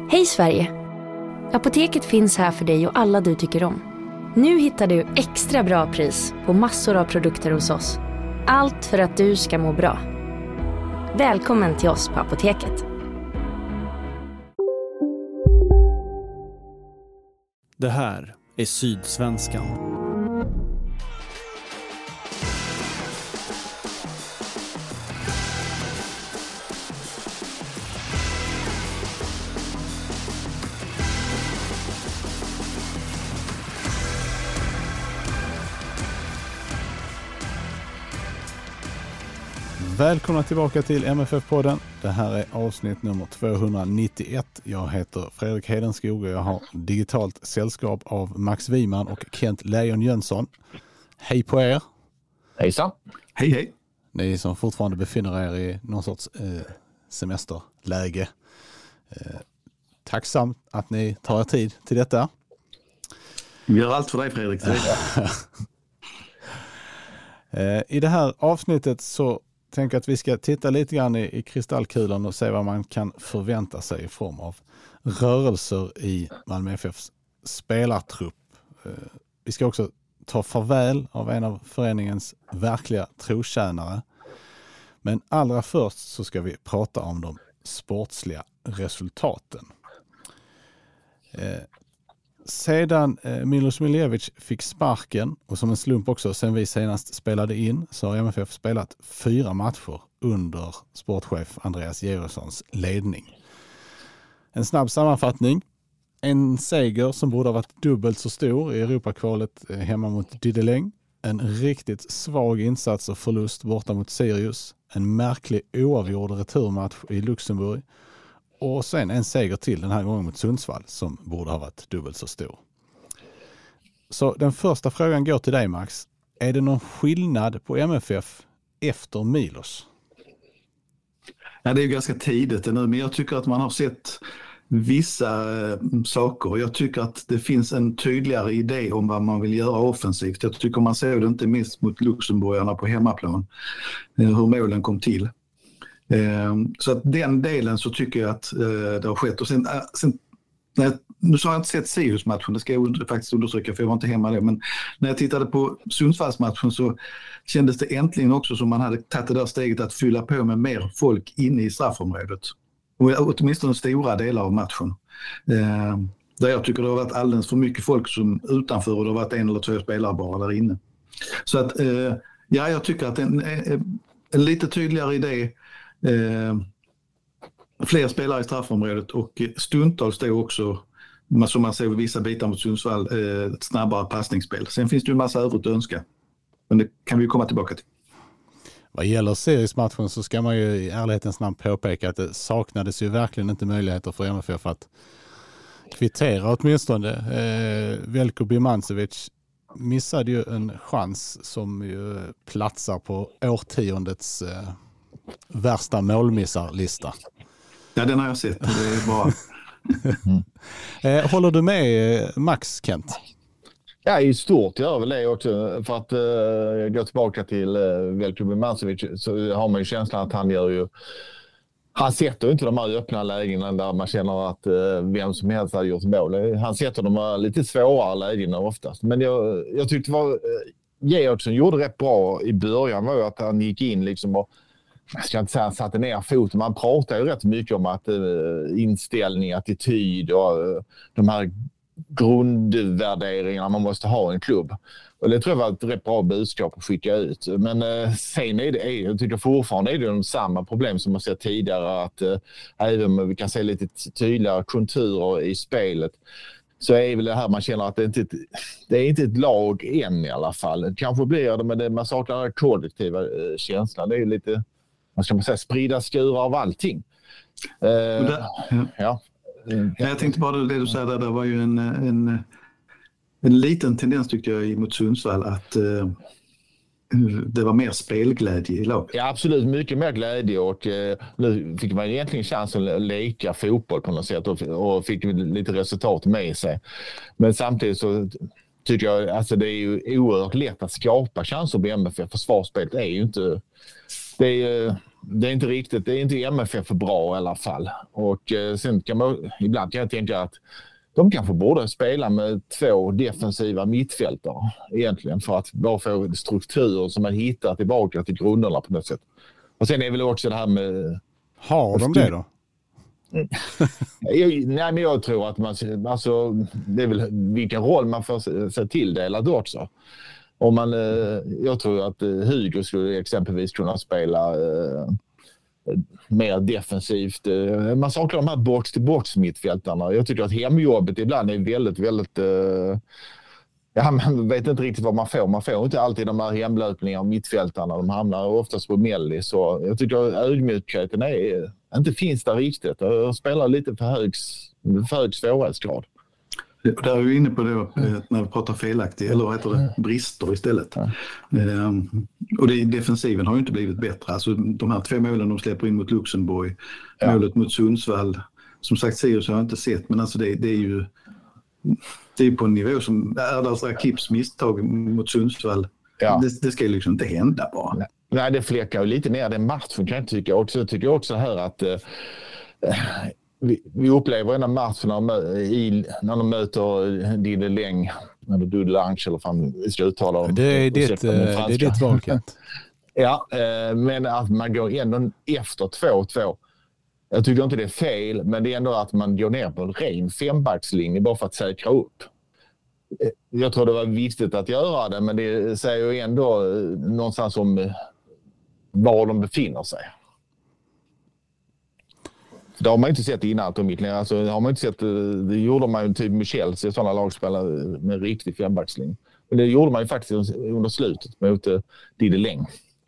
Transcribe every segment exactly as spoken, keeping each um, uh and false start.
Hej Sverige! Apoteket finns här för dig och alla du tycker om. Nu hittar du extra bra pris på massor av produkter hos oss. Allt för att du ska må bra. Välkommen till oss på Apoteket. Det här är Sydsvenskan. Välkomna tillbaka till M F F-podden. Det här är avsnitt nummer tvåhundranittioett. Jag heter Fredrik Hedenskog och jag har digitalt sällskap av Max Wiman och Kent Lejon Jönsson. Hej på er! Hejsan! Hej hej! Ni som fortfarande befinner er i någon sorts eh, semesterläge. Eh, tacksam att ni tar er tid till detta. Vi gör allt för dig Fredrik. eh, I det här avsnittet så tänker att vi ska titta lite grann i, i kristallkulan och se vad man kan förvänta sig i form av rörelser i Malmö F F:s spelartrupp. Eh, vi ska också ta farväl av en av föreningens verkliga trotjänare. Men allra först så ska vi prata om de sportsliga resultaten. Eh, Sedan eh, Milos Miljevic fick sparken och som en slump också sen vi senast spelade in så har M F F spelat fyra matcher under sportchef Andreas Georgssons ledning. En snabb sammanfattning. En seger som borde ha varit dubbelt så stor i Europakvalet eh, hemma mot Dideläng. En riktigt svag insats och förlust borta mot Sirius. En märklig oavgjord returmatch i Luxemburg. Och sen en seger till den här gången mot Sundsvall som borde ha varit dubbelt så stor. Så den första frågan går till dig Max. Är det någon skillnad på M F F efter Milos? Ja, det är ju ganska tidigt nu, men jag tycker att man har sett vissa äh, saker. Jag tycker att det finns en tydligare idé om vad man vill göra offensivt. Jag tycker man ser det inte minst mot Luxemburgarna på hemmaplan. Hur målen kom till. Så att den delen så tycker jag att det har skett. Och sen, sen när jag, nu så har jag inte sett Sirius-matchen, det ska jag faktiskt undersöka för jag var inte hemma då. Men när jag tittade på Sundsvallsmatchen så kändes det äntligen också som man hade tagit det där steget att fylla på med mer folk inne i straffområdet. Och åtminstone stora delar av matchen. Där jag tycker det har varit alldeles för mycket folk som utanför och det har varit en eller två spelare bara där inne. Så att ja, jag tycker att en, en lite tydligare idé. Eh, fler spelare i straffområdet och stundtals då också som man ser vissa bitar mot Sundsvall eh, ett snabbare passningsspel. Sen finns det ju en massa övrigt att önska. Men det kan vi ju komma tillbaka till. Vad gäller seriesmatchen så ska man ju i ärlighetens namn påpeka att det saknades ju verkligen inte möjligheter för M F F att kvittera åtminstone. Eh, Veljko Birmancevic missade ju en chans som ju platsar på årtiondets eh, värsta målmissarlista. Ja, den har jag sett. Det är bra. mm. Håller du med Max, Kent? Ja, i stort gör väl det också. För att uh, gå tillbaka till uh, Veljko Birmancevic så har man ju känslan att han gör ju han sätter ju inte de här öppna lägena där man känner att uh, vem som helst har gjort mål. Han sätter de här lite svårare lägena oftast. Men jag, jag tyckte var uh, Georgsson gjorde rätt bra i början var ju att han gick in liksom och jag ska inte säga att han satte ner foten. Man pratar ju rätt mycket om att uh, inställning, attityd och uh, de här grundvärderingarna man måste ha i en klubb. Och det tror jag var ett rätt bra budskap att skicka ut. Men uh, sen är det, jag tycker fortfarande är det de samma problem som man sett tidigare att uh, även om vi kan se lite tydligare konturer i spelet så är väl det här man känner att det inte det är inte ett lag än i alla fall. Det kanske blir det, men det, man saknar den kollektiva uh, känslan. Det är ju lite man ska man säga, sprida skurar av allting. Uh, där, ja. Ja. Mm. Jag tänkte bara det du säger där, det var ju en, en, en liten tendens tyckte jag mot Sundsvall att uh, det var mer spelglädje i laget. Ja, absolut. Mycket mer glädje och uh, nu fick man egentligen chansen att leka fotboll på något sätt och, och fick lite resultat med sig. Men samtidigt så tycker jag alltså det är ju oerhört lätt att skapa chanser på M F F. Försvarsspelet är ju inte det är, det är inte riktigt, det är inte M F F för bra i alla fall. Och eh, sen kan man, ibland kan jag tänka att de kanske borde spela med två defensiva mittfältare egentligen för att bara få struktur som man hittar tillbaka till grunderna på något sätt. Och sen är väl också det här med... Har de det då? jag, nej, men jag tror att man... Alltså, det är väl vilken roll man får se tilldelad också. Om man, eh, jag tror att eh, Hugo skulle exempelvis kunna spela eh, mer defensivt. Eh, man saknar de här box-till-box mittfältarna. Jag tycker att hemjobbet ibland är väldigt, väldigt... Eh, ja, man vet inte riktigt vad man får. Man får inte alltid de här hemlöpningarna av mittfältarna. De hamnar oftast på melli. Så jag tycker att ödmjukheten är, inte finns där riktigt. Jag spelar lite för hög, för hög svårighetsgrad. Och där är vi inne på det när vi pratar felaktigt, eller vad heter det, brister istället. Ja. Um, och det, defensiven har ju inte blivit bättre. Alltså de här två målen de släpper in mot Luxemburg, ja. Målet mot Sundsvall, som sagt Sirius har jag inte sett, men alltså det, det är ju det är på en nivå som Erdals Rakips misstag mot Sundsvall. Ja. Det, det ska ju liksom inte hända bara. Nej, Nej det fläckar ju lite ner den matchen kan jag tycka. Och så tycker jag också här att uh, Vi, vi upplever en av matcherna i, när de möter Dille Läng eller Dudelange eller fan vi ska uttala dem. Det är ditt, det är ditt valkant. Ja, eh, men att man går ändå efter två två. Jag tycker inte det är fel, men det är ändå att man går ner på en ren fembackslinje bara för att säkra upp. Jag tror det var viktigt att göra det, men det säger ju ändå någonstans om var de befinner sig. Det har man inte sett innan att de mitt alltså, har man inte sett, det gjorde man ju typ med Chelsea, sådana lagspelare med riktig fembackslinje. Men det gjorde man ju faktiskt under slutet mot uh, Dide Läng.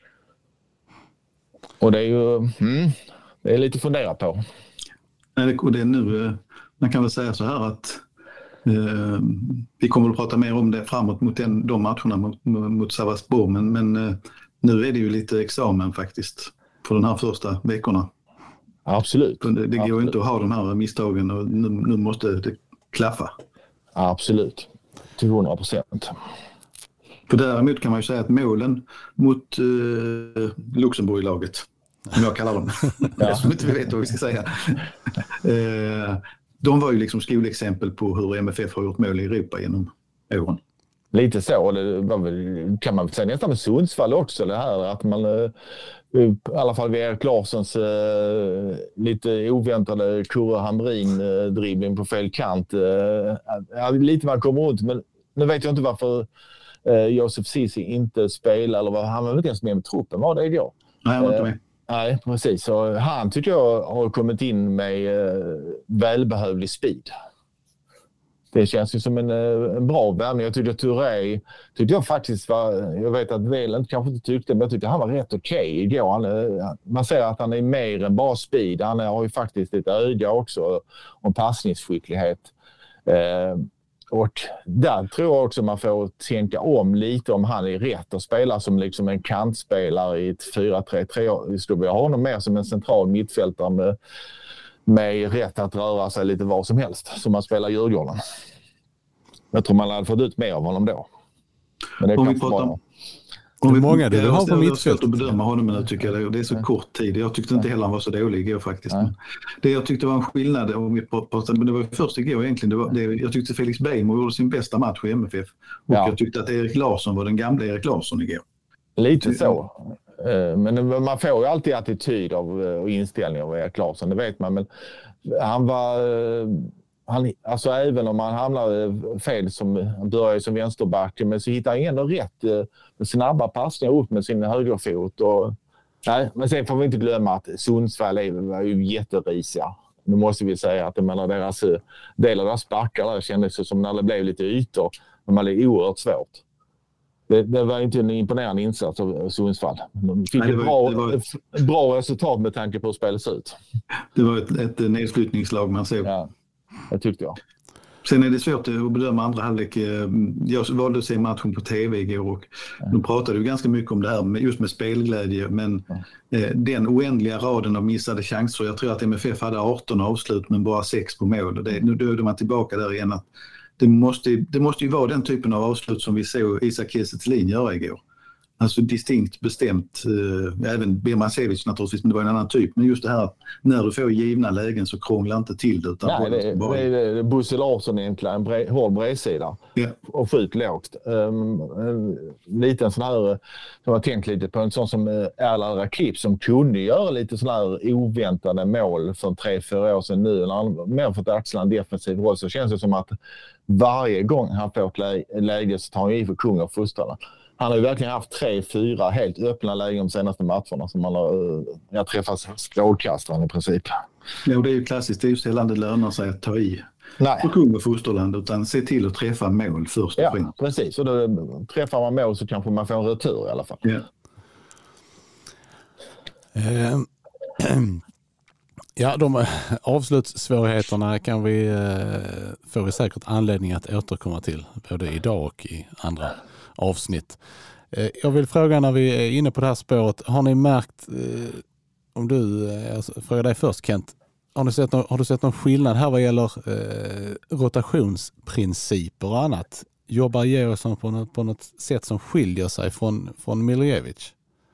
Och det är ju mm, det är lite att fundera på. Nej, det är nu, man kan väl säga så här att eh, vi kommer att prata mer om det framåt mot den, de matcherna mot, mot Sarajevo, men, men eh, nu är det ju lite examen faktiskt på de här första veckorna. Absolut. Det, det går Absolut. inte att ha de här misstagen och nu, nu måste det klaffa. Absolut. Till hundra procent. För däremot kan man ju säga att målen mot eh, Luxemburg-laget, som jag kallar dem, ja. Som inte vi vet vad vi ska säga, eh, de var ju liksom skolexempel på hur M F F har gjort mål i Europa genom åren. Lite så, det var väl, kan man säga nästan med Sundsvall också, det här att man i alla fall vid Erik Larssons eh, lite oväntade Kurre Hamrin eh, dribbling på fel kant. Eh, lite man kommer runt, men nu vet jag inte varför eh, Josef Sisi inte spelar, eller vad, han var inte ens med med truppen, var det igår? Nej, han var inte med. Eh, nej, precis. Så han tycker jag har kommit in med eh, välbehövlig speed. Det känns ju som en, en bra värvning. Jag tyckte att Touré, tyckte jag faktiskt var, jag vet att Wieland kanske inte tyckte, men jag tyckte han var rätt okej okay igår. Han, man ser att han är mer än bara speed. Han har ju faktiskt ett öga också och passningsskicklighet. Eh, och där tror jag också man får tänka om lite om han är rätt att spela som liksom en kantspelare i ett fyra tre tre. Vi skulle ha honom mer som en central mittfältare med med rätt att röra sig lite var som helst som man spelar Djurgården. Jag tror man hade fått ut mer av honom då. Men det om kan vi pratar om, om vi många du har på mittfält att bedöma honom, men tycker jag det är så Nej. kort tid. Jag tyckte inte heller han var så dålig igår faktiskt. Men det jag tyckte var en skillnad om vi pratade, men det var först igår egentligen, det var, det, jag tyckte Felix Beijmo gjorde sin bästa match i M F F och ja. jag tyckte att Erik Larsson var den gamla Erik Larsson igår. Lite så. Men man får ju alltid attityd av och inställning av Erik Larsson, det vet man. Men han var, han, alltså även om han hamnar fel som, han börjar som vänsterback, men så hittar han ändå rätt med snabba passningar upp med sin högerfot. Och, nej, men sen får vi inte glömma att Sundsvall var ju jätterisiga. Nu måste vi säga att menar, deras del av deras backar där kändes som när det blev lite ytor, men det är oerhört svårt. Det, det var inte en imponerande insats av Sundsvall. De fick Nej, ett, bra, var, ett bra resultat med tanke på hur spelet ser ut. Det var ett, ett nedflyttningslag man ser. Ja, det tyckte jag. Sen är det svårt att bedöma andra halvlek. Jag valde att se matchen på tv igår och ja. de pratade ju ganska mycket om det här med, just med spelglädje. Men ja. eh, den oändliga raden av missade chanser. Jag tror att M F F hade arton avslut men bara sex på mål. Och det, nu dödde man tillbaka där igen att Det måste, det måste ju vara den typen av avslut som vi såg Isak Kiese Thelin göra igår. Alltså distinkt bestämt, eh, även Birmancevic naturligtvis, men det var en annan typ. Men just det här att när du får givna lägen så krånglar inte till det. Utan Nej, det, bara... det är det, Bosse Larsson egentligen, en bre, hård bredsida yeah. och skjut lågt. Um, en liten sån här, som jag tänkt lite på, en sån som Erland Rakip som kunde göra lite sån här oväntade mål för tre, fyra år sedan nu. När han mer fått axla en defensiv roll så känns det som att varje gång han får ett lä- läge så tar han i för kung och fostrarna. Han har ju verkligen haft tre, fyra helt öppna lägen de senaste matcherna som man har jag träffat strålkastaren i princip. Ja, det är ju klassiskt. Det är ju sällan det lönar sig att ta i Nej. på kung och fosterland, utan se till att träffa mål först och ja, främst. Precis. Och då träffar man mål så kanske man får en retur i alla fall. Ja. Eh, ja, de avslutssvårigheterna kan vi, eh, får vi säkert anledning att återkomma till både idag och i andra avsnitt. Eh, jag vill fråga när vi är inne på det här spåret, har ni märkt, eh, om du, eh, alltså, frågar dig först Kent, har du sett någon, har du sett någon skillnad här vad gäller eh, rotationsprinciper och annat? Jobbar Georgsson på något, på något sätt som skiljer sig från, från Miljevic?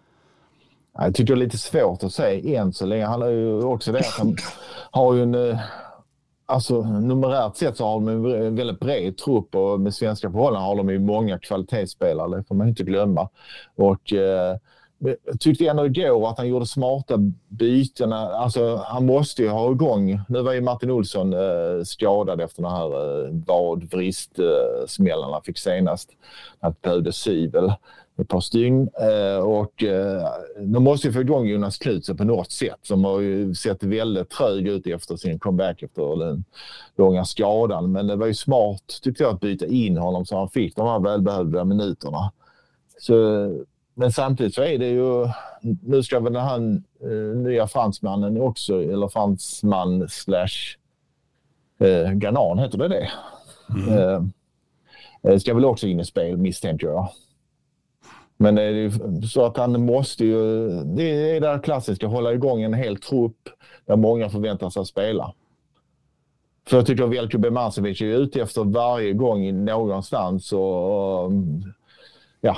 Jag tycker det är lite svårt att säga än så länge. Han har ju också det att han har ju en... Alltså numerärt sett så har de en väldigt bred trupp och med svenska förhållanden har de ju många kvalitetsspelare. Det får man inte glömma. Och eh, jag tyckte ändå igår att han gjorde smarta byten. Alltså han måste ju ha igång. Nu var ju Martin Olsson eh, skadad efter den här eh, vadvrist-smällarna eh, fick senast. Att behövde syvel. Ett par stygn eh, och eh, de måste ju få igång Jonas Klutse på något sätt som har ju sett väldigt trög ut efter sin comeback efter den långa skadan, men det var ju smart tyckte jag att byta in honom så han fick de här välbehövliga minuterna. Så, men samtidigt så är det ju nu ska väl den här eh, nya fransmannen också, eller fransman slash eh, Ganan heter det det mm. eh, ska väl också in i spel misstänker jag. Men det är ju så att han måste ju, det är där klassiska, hålla igång en hel trupp där många förväntar sig att spela. För jag tycker att Veljko Birmancevic är ute efter varje gång någonstans och, och ja,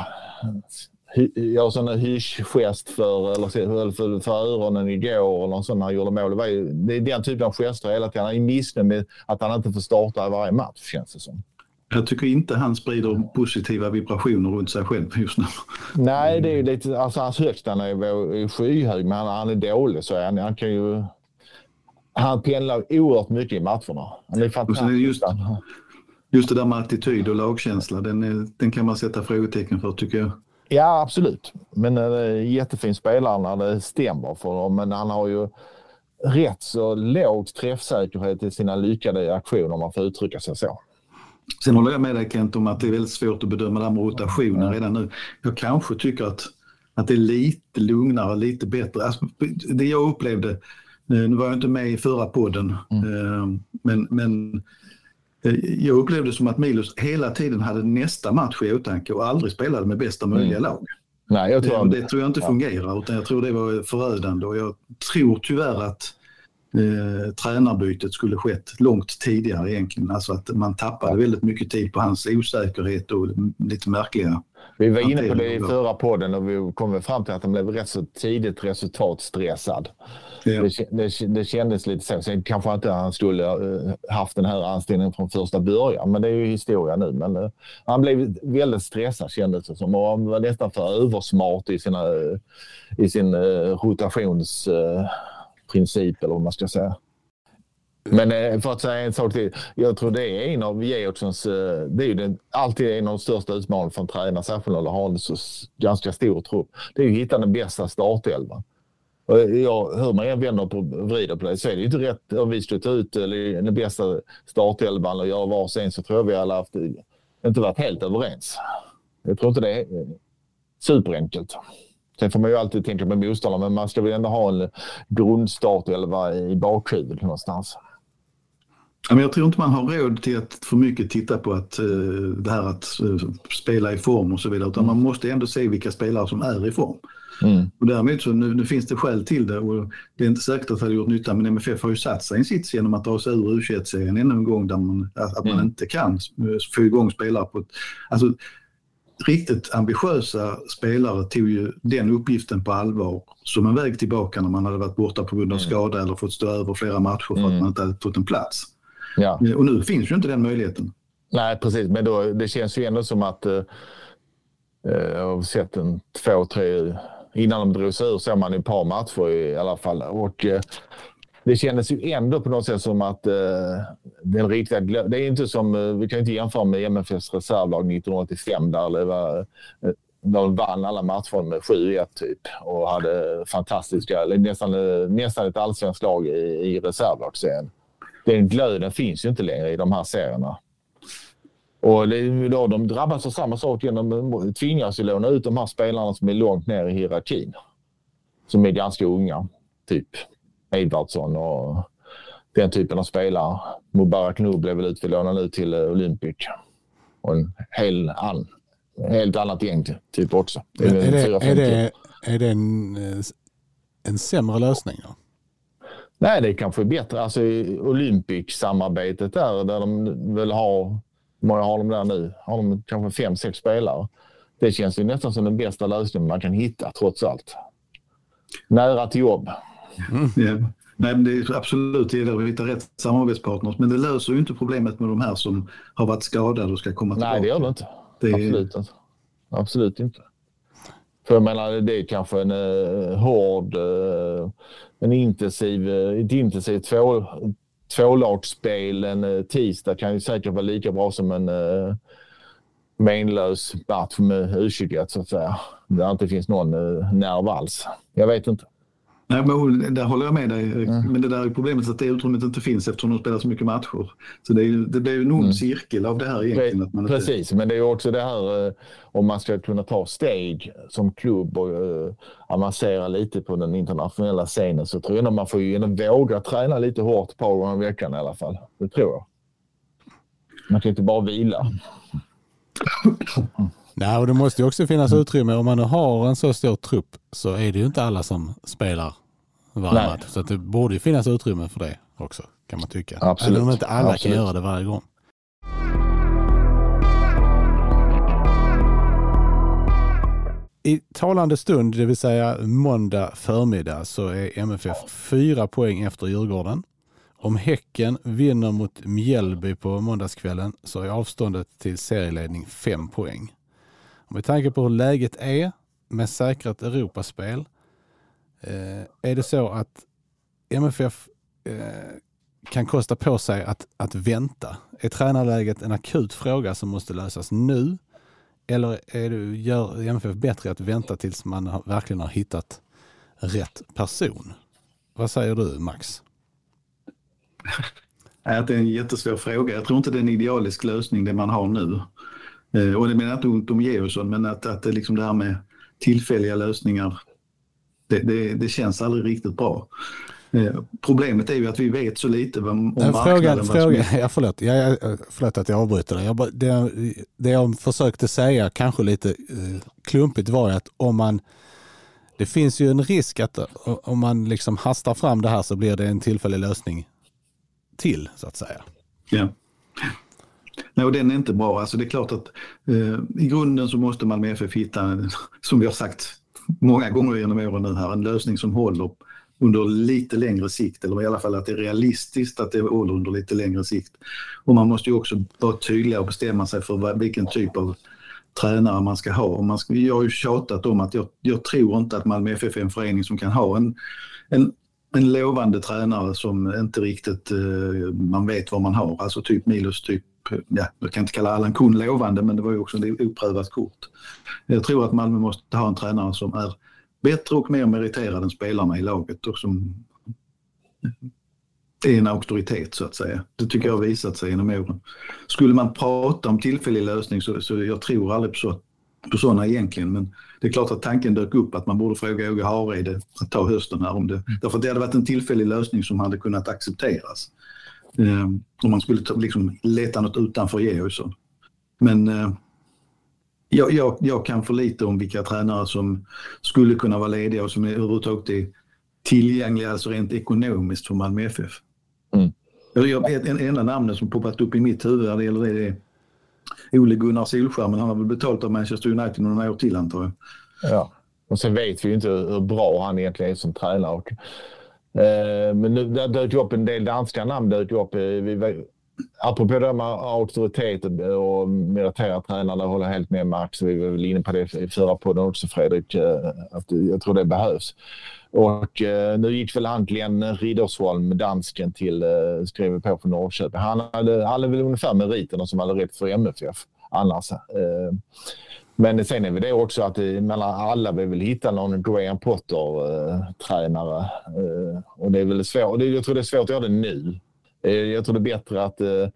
gör sån en hysch-gest för, eller för, för öronen igår eller någon sån här gjorde mål. Det, var ju, det är den typen av gester hela tiden. Han är missnöjd med att han inte får starta i varje match känns det som. Jag tycker inte han sprider positiva vibrationer runt sig själv just nu. Nej, det är ju lite, alltså hans högsta är skyhög, men han, han är dålig så han, han kan ju, han pendlar oerhört mycket i matcherna. Han är fantastisk. Just, just det där med attityd och lagkänsla, den, är, den kan man sätta frågetecken för tycker jag. Ja, absolut. Men det är jättefin spelare när det stämmer för honom, men han har ju rätt så låg träffsäkerhet i sina lyckade aktioner om man får uttrycka sig så. Sen håller jag med dig Kent om att det är väldigt svårt att bedöma det här med rotationen redan nu. Jag kanske tycker att, att det är lite lugnare, lite bättre. Alltså, det jag upplevde, nu var jag inte med i förra podden, mm. men, men jag upplevde som att Milos hela tiden hade nästa match i åtanke och aldrig spelade med bästa möjliga mm. lag. Nej, jag tror det, det tror jag inte fungerar, utan jag tror det var förödande och jag tror tyvärr att Eh, tränarbytet skulle skett långt tidigare egentligen. Alltså att man tappade väldigt mycket tid på hans osäkerhet och lite märkliga. Vi var inne på det i förra podden och vi kom fram till att han blev rätt så tidigt resultatstressad. Ja. Det, det, det kändes lite så. Sen kanske inte han skulle uh, haft den här anställningen från första början, men det är ju historia nu. Men uh, han blev väldigt stressad kändes det som och han var nästan för översmart i, sina, uh, i sin uh, rotations... Uh, princip eller vad man ska säga. Men för att säga en sak till, jag tror det är en av Georgssons, det är ju den, alltid en av de största utmaningarna för en tränare, särskilt eller har en så ganska stor trupp. Det är ju att hitta den bästa startelvan. Och jag, hur man än vänder på vrider på det så är det ju inte rätt om vi skulle ta ut den bästa startelvan och göra var sen så tror jag vi alla haft inte varit helt överens. Jag tror inte det är superenkelt. Sen får man ju alltid tänka med motståndare, men man ska väl ändå ha en grundstart eller vara i bakhuvudet någonstans. Ja, men jag tror inte man har råd till att för mycket titta på att, uh, det här att uh, spela i form och så vidare, utan mm. man måste ändå se vilka spelare som är i form. Mm. Och därmed så nu, nu finns det skäl till det och det är inte säkert att det hade gjort nytta, men M F F har ju satt sig i en sits genom att dra sig ur U tjugoett-serien ännu en gång där man, att, att man mm. inte kan få igång spelare på ett, alltså riktigt ambitiösa spelare tog ju den uppgiften på allvar som en väg tillbaka när man hade varit borta på grund av skada eller fått stå över flera matcher för mm. att man inte hade fått en plats. Ja. Och nu finns ju inte den möjligheten. Nej, precis. Men då, det känns ju ändå som att uh, jag har sett en två, tre innan de drog sig ur så man i ett par matcher i alla fall. Och uh, det kändes ju ändå på något sätt som att uh, den riktiga, det är inte som, uh, vi kan inte jämföra med M F F:s reservlag nittonhundraåttiofem där det var, uh, de vann alla matcher med sju ett typ och hade fantastiska, eller nästan, uh, nästan ett allsvenskt lag i, i reservlagsserien. Den glöden finns ju inte längre i de här serierna. Och det, då, de drabbas av samma sak genom tvingas ju låna ut de här spelarna som är långt ner i hierarkin. Som är ganska unga, typ Edvardsson och den typen av spelare. Mubarak Nu blev väl utlånad ut till Olympic. Och en hel an, helt annat gäng typ också. Det är, är, det, är, det, är det en, en sämre lösning då? Nej, det kanske är bättre. Alltså Olympic-samarbetet där, där de väl har, många har de där nu, har de kanske fem, sex spelare. Det känns ju nästan som den bästa lösningen man kan hitta trots allt. Nära till jobb. Mm. Yeah. Nej, men det är absolut det är att hitta rätt samarbetspartners, men det löser ju inte problemet med de här som har varit skadade och ska komma tillbaka. Nej, det gör det inte. Det är... Absolut inte. Absolut inte. För jag menar, det är kanske en uh, hård, uh, en intensiv, uh, ett intensivt två, tvålagsspel en uh, tisdag kan ju säkert vara lika bra som en uh, menlös match med U tjugoett så att säga. Där inte finns någon uh, nerv alls. Jag vet inte. Nej, men där håller jag med dig. Mm. Men det där är problemet att det utrymmet inte finns eftersom de spelar så mycket matcher. Så det, är, det blir ju en ond mm. cirkel av det här egentligen. Att man Precis, inte... men det är ju också det här om man ska kunna ta steg som klubb och uh, avancera lite på den internationella scenen så tror jag att man får ju ändå våga träna lite hårt ett par gånger i veckan i alla fall. Det tror jag. Man kan inte bara vila. Nej, och det måste ju också finnas utrymme. Om man har en så stor trupp så är det ju inte alla som spelar varje match. Så att det borde ju finnas utrymme för det också, kan man tycka. Absolut. Även om inte alla Absolut. kan göra det varje gång. I talande stund, det vill säga måndag förmiddag, så är M F F fyra poäng efter Djurgården. Om Häcken vinner mot Mjällby på måndagskvällen så är avståndet till serieledning fem poäng. Med tanke på hur läget är med säkrat Europaspel eh, är det så att M F F eh, kan kosta på sig att, att vänta. Är tränarläget en akut fråga som måste lösas nu eller är det, gör M F F bättre att vänta tills man har, verkligen har hittat rätt person? Vad säger du, Max? Att det är en jättesvår fråga. Jag tror inte det är en idealisk lösning det man har nu. Eh, och det menar inte ont om Georgsson, men att, att det, liksom det här med tillfälliga lösningar, det, det, det känns aldrig riktigt bra. Eh, problemet är ju att vi vet så lite om, om marknaden. Fråga, ja, förlåt, jag, förlåt att jag avbryter det. Jag bara, det. Det jag försökte säga, kanske lite eh, klumpigt, var att om man det finns ju en risk att om man liksom hastar fram det här så blir det en tillfällig lösning till, så att säga. Ja. Nej, och den är inte bra. Alltså det är klart att eh, i grunden så måste man med F F hitta, som vi har sagt många gånger genom åren nu här, en lösning som håller under lite längre sikt, eller i alla fall att det är realistiskt att det håller under lite längre sikt. Och man måste ju också vara tydlig och bestämma sig för vilken typ av tränare man ska ha. Och man ska, jag har ju tjatat om att jag, jag tror inte att Malmö F F är en förening som kan ha en, en En lovande tränare som inte riktigt uh, man vet vad man har. Alltså typ Milos, typ, ja, jag kan inte kalla Allan Kuhn lovande, men det var ju också ett oprövat kort. Jag tror att Malmö måste ha en tränare som är bättre och mer meriterad än spelarna i laget och som är en auktoritet så att säga. Det tycker jag har visat sig genom åren. Skulle man prata om tillfällig lösning så, så jag tror aldrig på så på sådana egentligen, men det är klart att tanken dök upp att man borde fråga Åge Hareide att ta hösten här om det. Därför att det hade varit en tillfällig lösning som hade kunnat accepteras. Eh, om man skulle ta, liksom, leta något utanför Georgsson. Men eh, jag, jag, jag kan för lite om vilka tränare som skulle kunna vara lediga och som är överhuvudtaget är tillgängliga, alltså rent ekonomiskt för Malmö F F. Mm. Jag vet en enda namn som poppat upp i mitt huvud när det gäller det är Ole Gunnar Solskjær, men han har väl betalt av Manchester United några år till, antar jag. Ja, och sen vet vi ju inte hur bra han egentligen är som tränare. Och, eh, men nu där dök upp en del danska namn. Dök upp, eh, vi, apropå det med auktoritet och militära tränare, där håller helt med Max. Vi var väl inne på det i förra podden också, Fredrik, eh, att jag tror det behövs. Och eh, nu gick väl han Glenn Riddersholm, dansken, till eh, skrev på för Norrköping. Han hade, hade väl ungefär meriterna som hade rätt för M F F annars. Eh, men sen är det också att eh, mellan alla vill väl hitta någon Graham Potter-tränare. Eh, eh, och det är väl svårt. Jag tror det är svårt att göra det nu. Eh, jag tror det är bättre att... Eh,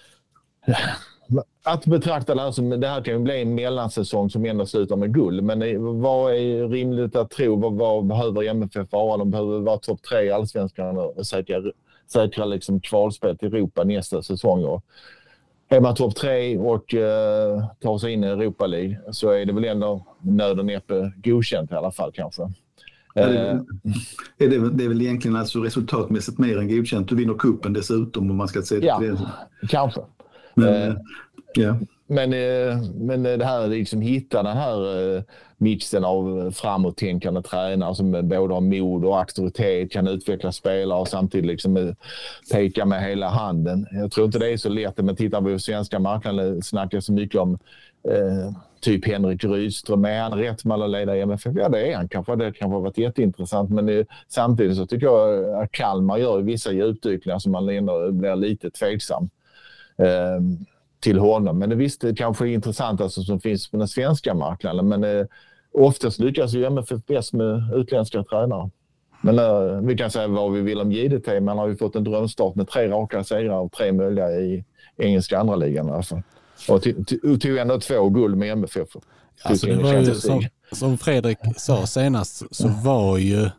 Att betrakta det här som, det här kan ju bli en mellansäsong som ändå slutar med guld. Men vad är rimligt att tro? Vad, vad behöver M F F vara? De behöver vara topp tre i Allsvenskan och säkra, säkra liksom kvalspel till Europa nästa säsong. Och är man topp tre och uh, tar sig in i Europa League, så är det väl ändå nöd och näppe godkänt i alla fall kanske. Ja, det, är, är det, det är väl egentligen alltså resultatmässigt mer än godkänt. Du vinner kuppen dessutom, om man ska säga det. Ja, kanske. Men, uh, ja. Men, men det här liksom hitta den här mixen av framåttänkande tränare som både har mod och auktoritet, kan utveckla spelare och samtidigt liksom peka med hela handen. Jag tror inte det är så lätt, men tittar vi på svenska marknaden snackar så mycket om eh, typ Henrik Rydström. Är han rätt med att leda M F F? Ja, det är han kanske. Det kan vara jätteintressant, men det, samtidigt så tycker jag att Kalmar gör vissa djupdykningar som man ändå blir lite tveksam Eh, till honom. Men det visst det kanske är intressant alltså, som finns på den svenska marknaden. Men eh, oftast lyckas ju M F F bäst med utländska tränare. Men eh, vi kan säga vad vi vill om J D T. Man har ju fått en drömstart med tre raka segrar och tre möjliga i engelska andra ligan. Alltså. Och tog ändå två guld med M F F. Alltså det var ju, som, som Fredrik sa senast, så var ju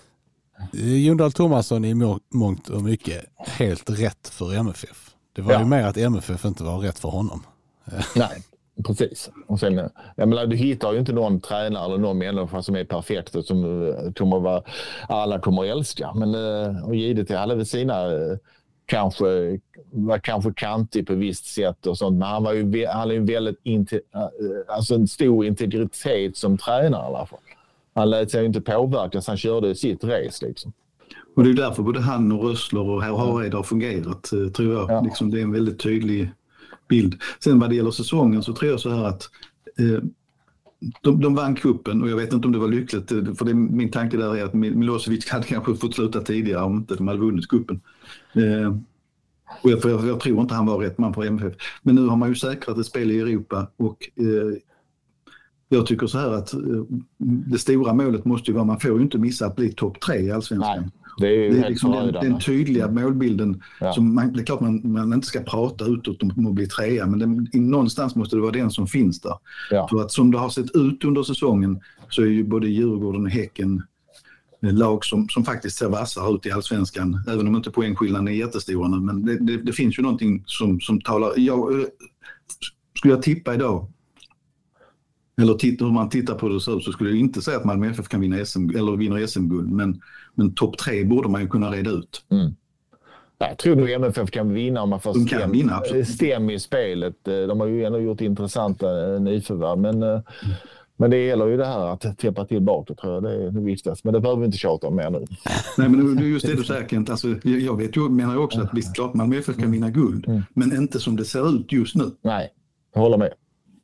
Jon Dahl Tomasson i mångt och mycket helt rätt för M F F. Det var ja. ju mer att M F F inte var rätt för honom. Nej, precis. Och sen, jag menar, du hittar ju inte någon tränare eller någon människa som är perfekt och som kommer vara, alla kommer att älska. Men och J D T hade väl sina kanske, var kanske kantig på visst sätt och sånt. Men han var ju, han hade ju väldigt inte, alltså en stor integritet som tränare i alla fall. Han lät sig ju inte påverkas, han körde sitt race liksom. Och det är därför både han och Rössler och herr Hareid har fungerat, tror jag. Ja. Liksom det är en väldigt tydlig bild. Sen vad det gäller säsongen så tror jag så här att eh, de, de vann kuppen och jag vet inte om det var lyckligt. För det, min tanke där är att Milosevic hade kanske fått sluta tidigare om inte de hade vunnit kuppen. Eh, och jag, jag, jag tror inte han var rätt man på M F F. Men nu har man ju säkrat ett spel i Europa och eh, jag tycker så här att eh, det stora målet måste ju vara, man får ju inte missa att bli topp tre i Allsvenskan. Nej. Det är, ju det är liksom den, den tydliga målbilden. Ja. Som man, det är klart man, man inte ska prata utåt om att bli trea, men det, någonstans måste det vara den som finns där. Ja. För att som det har sett ut under säsongen så är ju både Djurgården och Häcken lag som, som faktiskt ser vassare ut i Allsvenskan, även om inte poängskillnaden är jättestora nu. Men det, det, det finns ju någonting som, som talar... Jag, skulle jag tippa idag, eller titta, hur man tittar på det så, så skulle jag inte säga att Malmö F F kan vinna S M eller vinna S M-guld, men, men topp tre borde man ju kunna reda ut. Mm. Jag tror nog M F F kan vinna om man får De stäm, vinna, stäm i spelet. De har ju ändå gjort intressanta nyförvärv, men, mm. men det gäller ju det här att täppa tillbaka, tror jag. Det är det viktigaste, men det behöver vi inte tjata om mer nu. Nej, men det är just det du säger, Kent. Alltså, jag vet ju, menar också att visst klart Malmö F F kan vinna guld, mm. men inte som det ser ut just nu. Nej, jag håller med.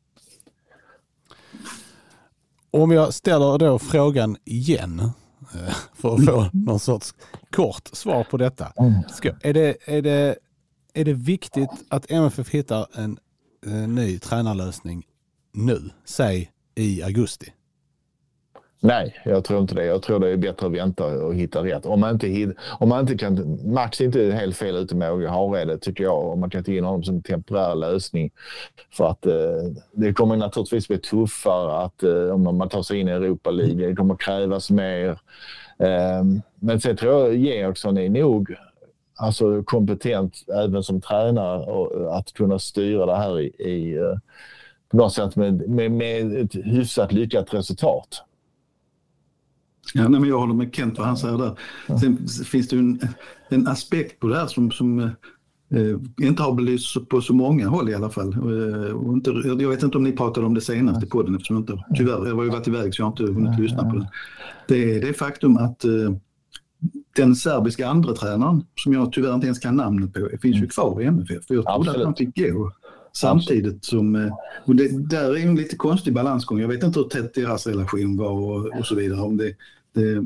Om jag ställer då frågan igen för att få någon sorts kort svar på detta. Ska, är, det, är, det, är det viktigt att M F F hittar en, en ny tränarlösning nu, säg i augusti? Nej, jag tror inte det. Jag tror det är bättre att vänta och hitta rätt. Om man inte, om man inte kan... Max är inte helt fel ute med att ha det, tycker jag. Och man kan inte in honom som temporär lösning. För att eh, det kommer naturligtvis bli tuffare att eh, om man tar sig in i Europa League. Det kommer krävas mer. Eh, men sen tror jag Georgsson är nog alltså, kompetent även som tränare och, att kunna styra det här i, i eh, på något sätt med, med, med ett hyfsat lyckat resultat. Ja, nej, men jag håller med Kent vad han säger där. Sen finns det ju en, en aspekt på det här som, som eh, inte har belysts på så många håll i alla fall. Eh, och inte, jag vet inte om ni pratade om det senaste på den, eftersom jag inte, tyvärr, jag har ju varit iväg så jag har inte hunnit lyssna på den. Det är det faktum att eh, den serbiska andra tränaren, som jag tyvärr inte ens kan namnet på, finns ju kvar i M F F. För jag trodde Absolut. att han fick gå. Samtidigt som, och det där är ju en lite konstig balansgång. Jag vet inte hur tätt deras relation var och, och så vidare. Om det, det,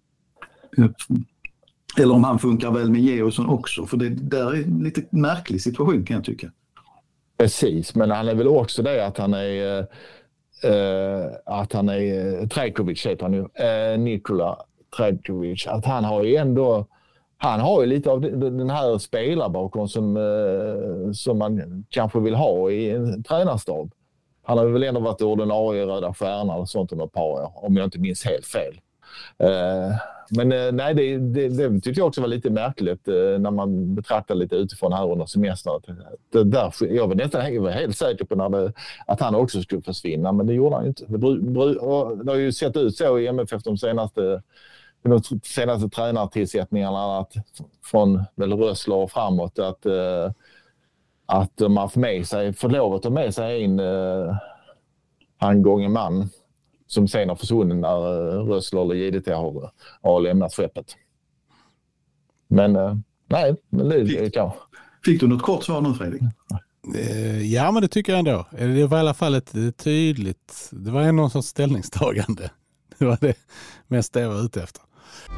eller om han funkar väl med Georgsson också. För det där är en lite märklig situation kan jag tycka. Precis, men han är väl också det att han är äh, att han är Trajkovic heter han ju, äh, Nikola Trajkovic. Att han har ju ändå Han har ju lite av den här spelarbakom som, som man kanske vill ha i en tränarstab. Han har väl ändå varit ordinarie Röda Stjärnan och sånt under ett par år, om jag inte minns helt fel. Men nej, det, det, det tyckte jag också var lite märkligt när man betraktar lite utifrån här under semestern. Det där, jag var nästan jag var helt säker på när det, att han också skulle försvinna, men det gjorde han ju inte. Det, det har ju sett ut så i M F F de senaste de senaste tränartillsättningarna att från väl Rössler och framåt att, uh, att de har med sig, för lov att ta med sig en uh, angången man som sen har försvunnit när uh, Rössler eller J D T har, har lämnat skeppet. Men uh, nej, men det fick, kan. Fick du något kort svar nu, Fredrik? Ja, men det tycker jag ändå. Det var i alla fall ett tydligt, det var någon sorts ställningstagande. Det var det mest det jag var ute efter.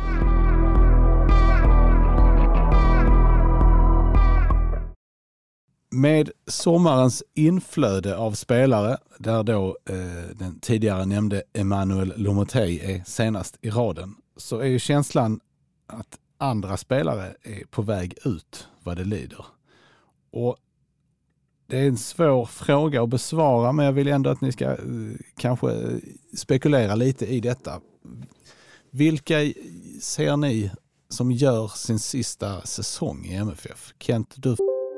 Med sommarens inflöde av spelare, där då eh, den tidigare nämnde Emmanuel Lomotey är senast i raden, så är ju känslan att andra spelare är på väg ut vad det lider. Och det är en svår fråga att besvara, men jag vill ändå att ni ska eh, kanske spekulera lite i detta. Vilka ser ni som gör sin sista säsong i M F F? Kent, du...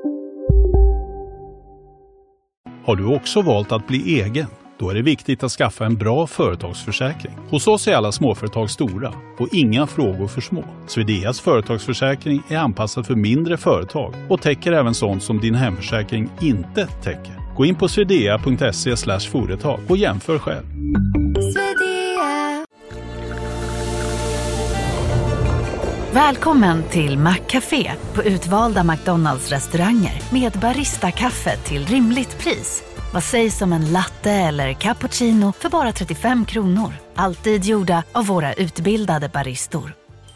Har du också valt att bli egen? Då är det viktigt att skaffa en bra företagsförsäkring. Hos oss är alla småföretag stora och inga frågor för små. Swedeas företagsförsäkring är anpassad för mindre företag och täcker även sånt som din hemförsäkring inte täcker. Gå in på swedea punkt se slash företag och jämför själv. Välkommen till McCafé på utvalda McDonalds-restauranger med barista-kaffe till rimligt pris. Vad sägs om en latte eller cappuccino för bara trettiofem kronor? Alltid gjorda av våra utbildade baristor.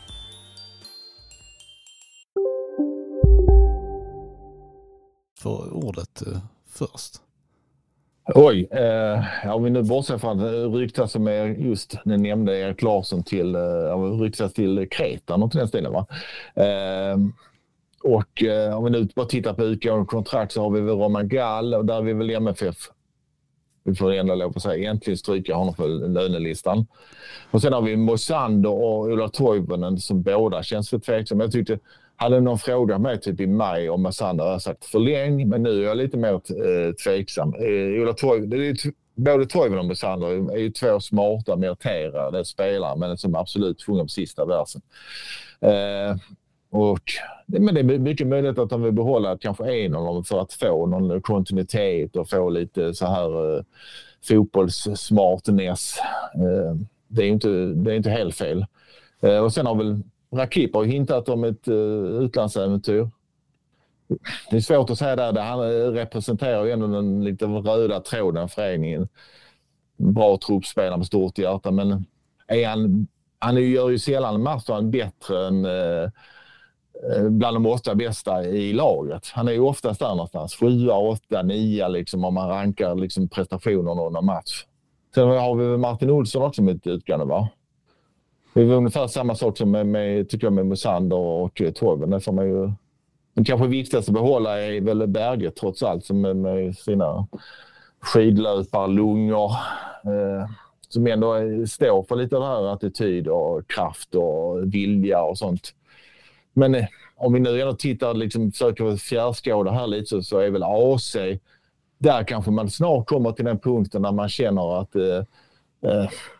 För ordet eh, först. Oj, eh, om vi nu bortser från att ryktas som är just, ni nämnde Erik Larsson till, eh, ryktas till Kreta, något i den stilen va? Eh, och eh, om vi nu bara tittar på utgående kontrakt så har vi väl Roman Gall och där är vi väl M F F. Vi får ändå lov att säga, egentligen stryka honom på lönelistan. Och sen har vi Mosander och Ola Toivonen som båda känns för tveksamma. Jag tyckte, hade någon fråga mig typ i maj om Mosander har sagt förläng, men nu är jag lite mer eh, tveksam. Eh, Ola Toivonen, det är t- både Toivonen och Mosander är ju två smarta, meriterade spelare, men som absolut fungerar på sista versen. Eh, och, men det är mycket möjligt att de vill behålla kanske en av dem för att få någon kontinuitet och få lite så här eh, fotbollssmartness. Eh, det är ju inte, det är inte helt fel. Eh, och sen har väl Rakip har hintat om ett uh, utlandsäventyr. Det är svårt att säga där. Det han representerar ju ändå den lite röda tråden föreningen. Bra truppspelare med stort hjärta, men är han, han gör ju sällan matchen bättre än uh, bland de åtta bästa i laget. Han är ju oftast där någonstans. Sjua, åtta, nia liksom om man rankar liksom prestationerna under match. Sen har vi Martin Olsson också med ett utgående va? Det är ungefär samma sak som med, med, tycker jag, med Mosander och Torven. Det får man ju, men kanske viktigast att behålla är väl Berget trots allt som med, med sina skidlöparlungor eh, som ändå är, står för lite av det här attityd och kraft och vilja och sånt. Men eh, om vi nu ändå tittar liksom försöker fjärrskåda här lite så, så är väl A C där kanske man snart kommer till den punkten när man känner att eh, eh,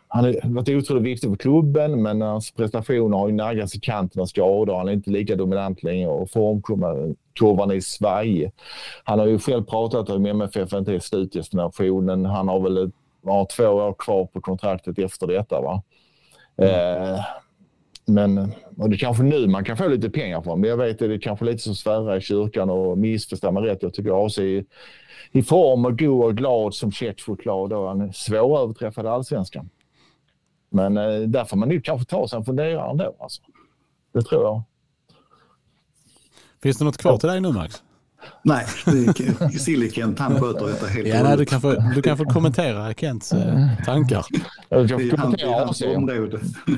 han har varit otroligt viktig för klubben, men hans prestationer har ju naggats i kanten av skador. Han är inte lika dominant längre och formkurvan är svaj. Han har ju själv pratat om M F F inte är slutdestinationen. Han har väl har två år kvar på kontraktet efter detta, va? Mm. Eh, men och det är kanske nu man kan få lite pengar från. Men jag vet att det är kanske lite som svära i kyrkan och missförstå mig rätt. Jag tycker A C i, i form och god och glad som kexchoklad och han är svåröverträffad allsvenskan. Men eh, där får man nu kanske ta sig en funderare ändå. Alltså. Det tror jag. Finns det något kvar till dig nu, Max? Nej, Silikent, han sköter detta helt ja, nej, du, kan få, du kan få kommentera Kents eh, tankar. Jag kan få kommentera hans område.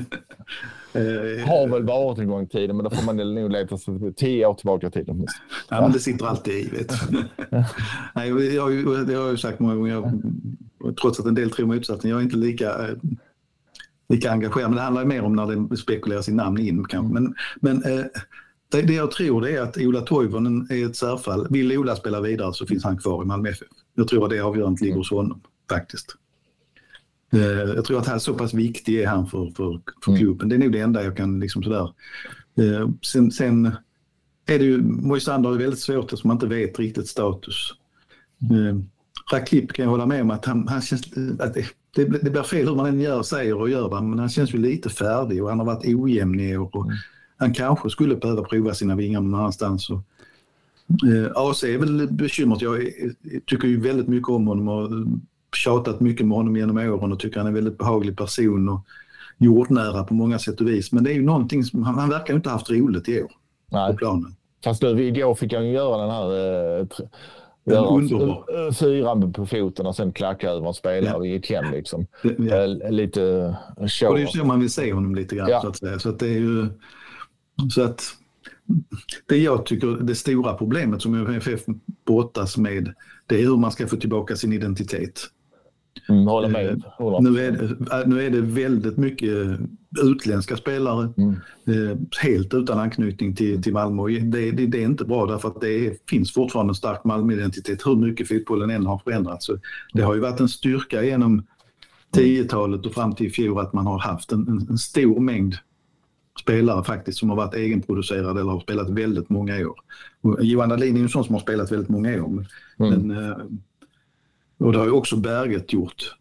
Har väl varit en gång i tiden, men då får man nog leta sig tio år tillbaka i tiden. Ja, men det sitter alltid i, vet du. Nej, jag har ju, det har jag ju sagt många gånger, jag, trots att en del tror motsatsen, jag är inte lika, lika engagerad, men det handlar ju mer om när det spekuleras i namn in kanske. Men, men eh, det, det jag tror det är att Ola Toivonen är ett särfall. Vill Ola spela vidare så finns han kvar i Malmö F F. Jag tror att det avgörande ligger hos honom, faktiskt. Jag tror att han är så pass viktig är han för, för, för klubben. Det är nog det enda jag kan liksom sådär. Sen, sen är det ju, Moisander är väldigt svårt eftersom man inte vet riktigt status. Rakip kan jag hålla med om att han, han känns, att det, det, det blir fel hur man än gör, säger och gör, men han känns ju lite färdig och han har varit ojämn i år och han kanske skulle behöva prova sina vingar någon annanstans. Och, eh, A C är väl bekymret. Jag, jag tycker ju väldigt mycket om honom och tjatat mycket med honom genom åren och tycker han är en väldigt behaglig person och jordnära på många sätt och vis. Men det är ju någonting som han, han verkar inte ha haft roligt i år. Nej. På planen. Fast nu igår fick han ju göra den här eh, tr- göra fyran på foten och sen klacka över en spelare ja. i ett hem liksom. Ja. Eh, lite show. Och det är ju så man vill se honom lite grann ja. så att säga. Så att det är ju så att det jag tycker det stora problemet som M F F brottas med, det är hur man ska få tillbaka sin identitet. Mm, håller med. Håller. Nu, är det, nu är det väldigt mycket utländska spelare mm. eh, helt utan anknytning till, till Malmö. Det, det, det är inte bra därför att det är, finns fortfarande en stark Malmö-identitet hur mycket fotbollen än har förändrats. Så det har ju varit en styrka genom tiotalet och fram till i fjol att man har haft en, en, en stor mängd spelare faktiskt som har varit egenproducerade eller har spelat väldigt många år. Och Johan Dahlin är ju en sån som har spelat väldigt många år. Men, mm. men, och det har ju också Berget gjort.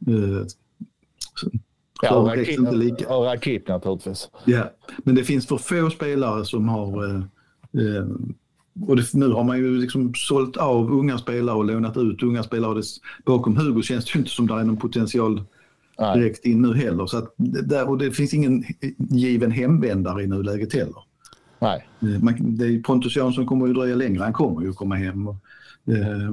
Ja, och Rakip, inte lika. Och Rakip naturligtvis. Ja, men det finns för få spelare som har... Och det, nu har man ju liksom sålt av unga spelare och lånat ut unga spelare. Och det, bakom Hugo känns det inte som det är någon potential direkt in nu heller. Så att där, och det finns ingen given hemvändare i nuläget heller. Nej. Man, det är Pontus Jansson kommer ju dröja längre, han kommer ju komma hem. Och, eh,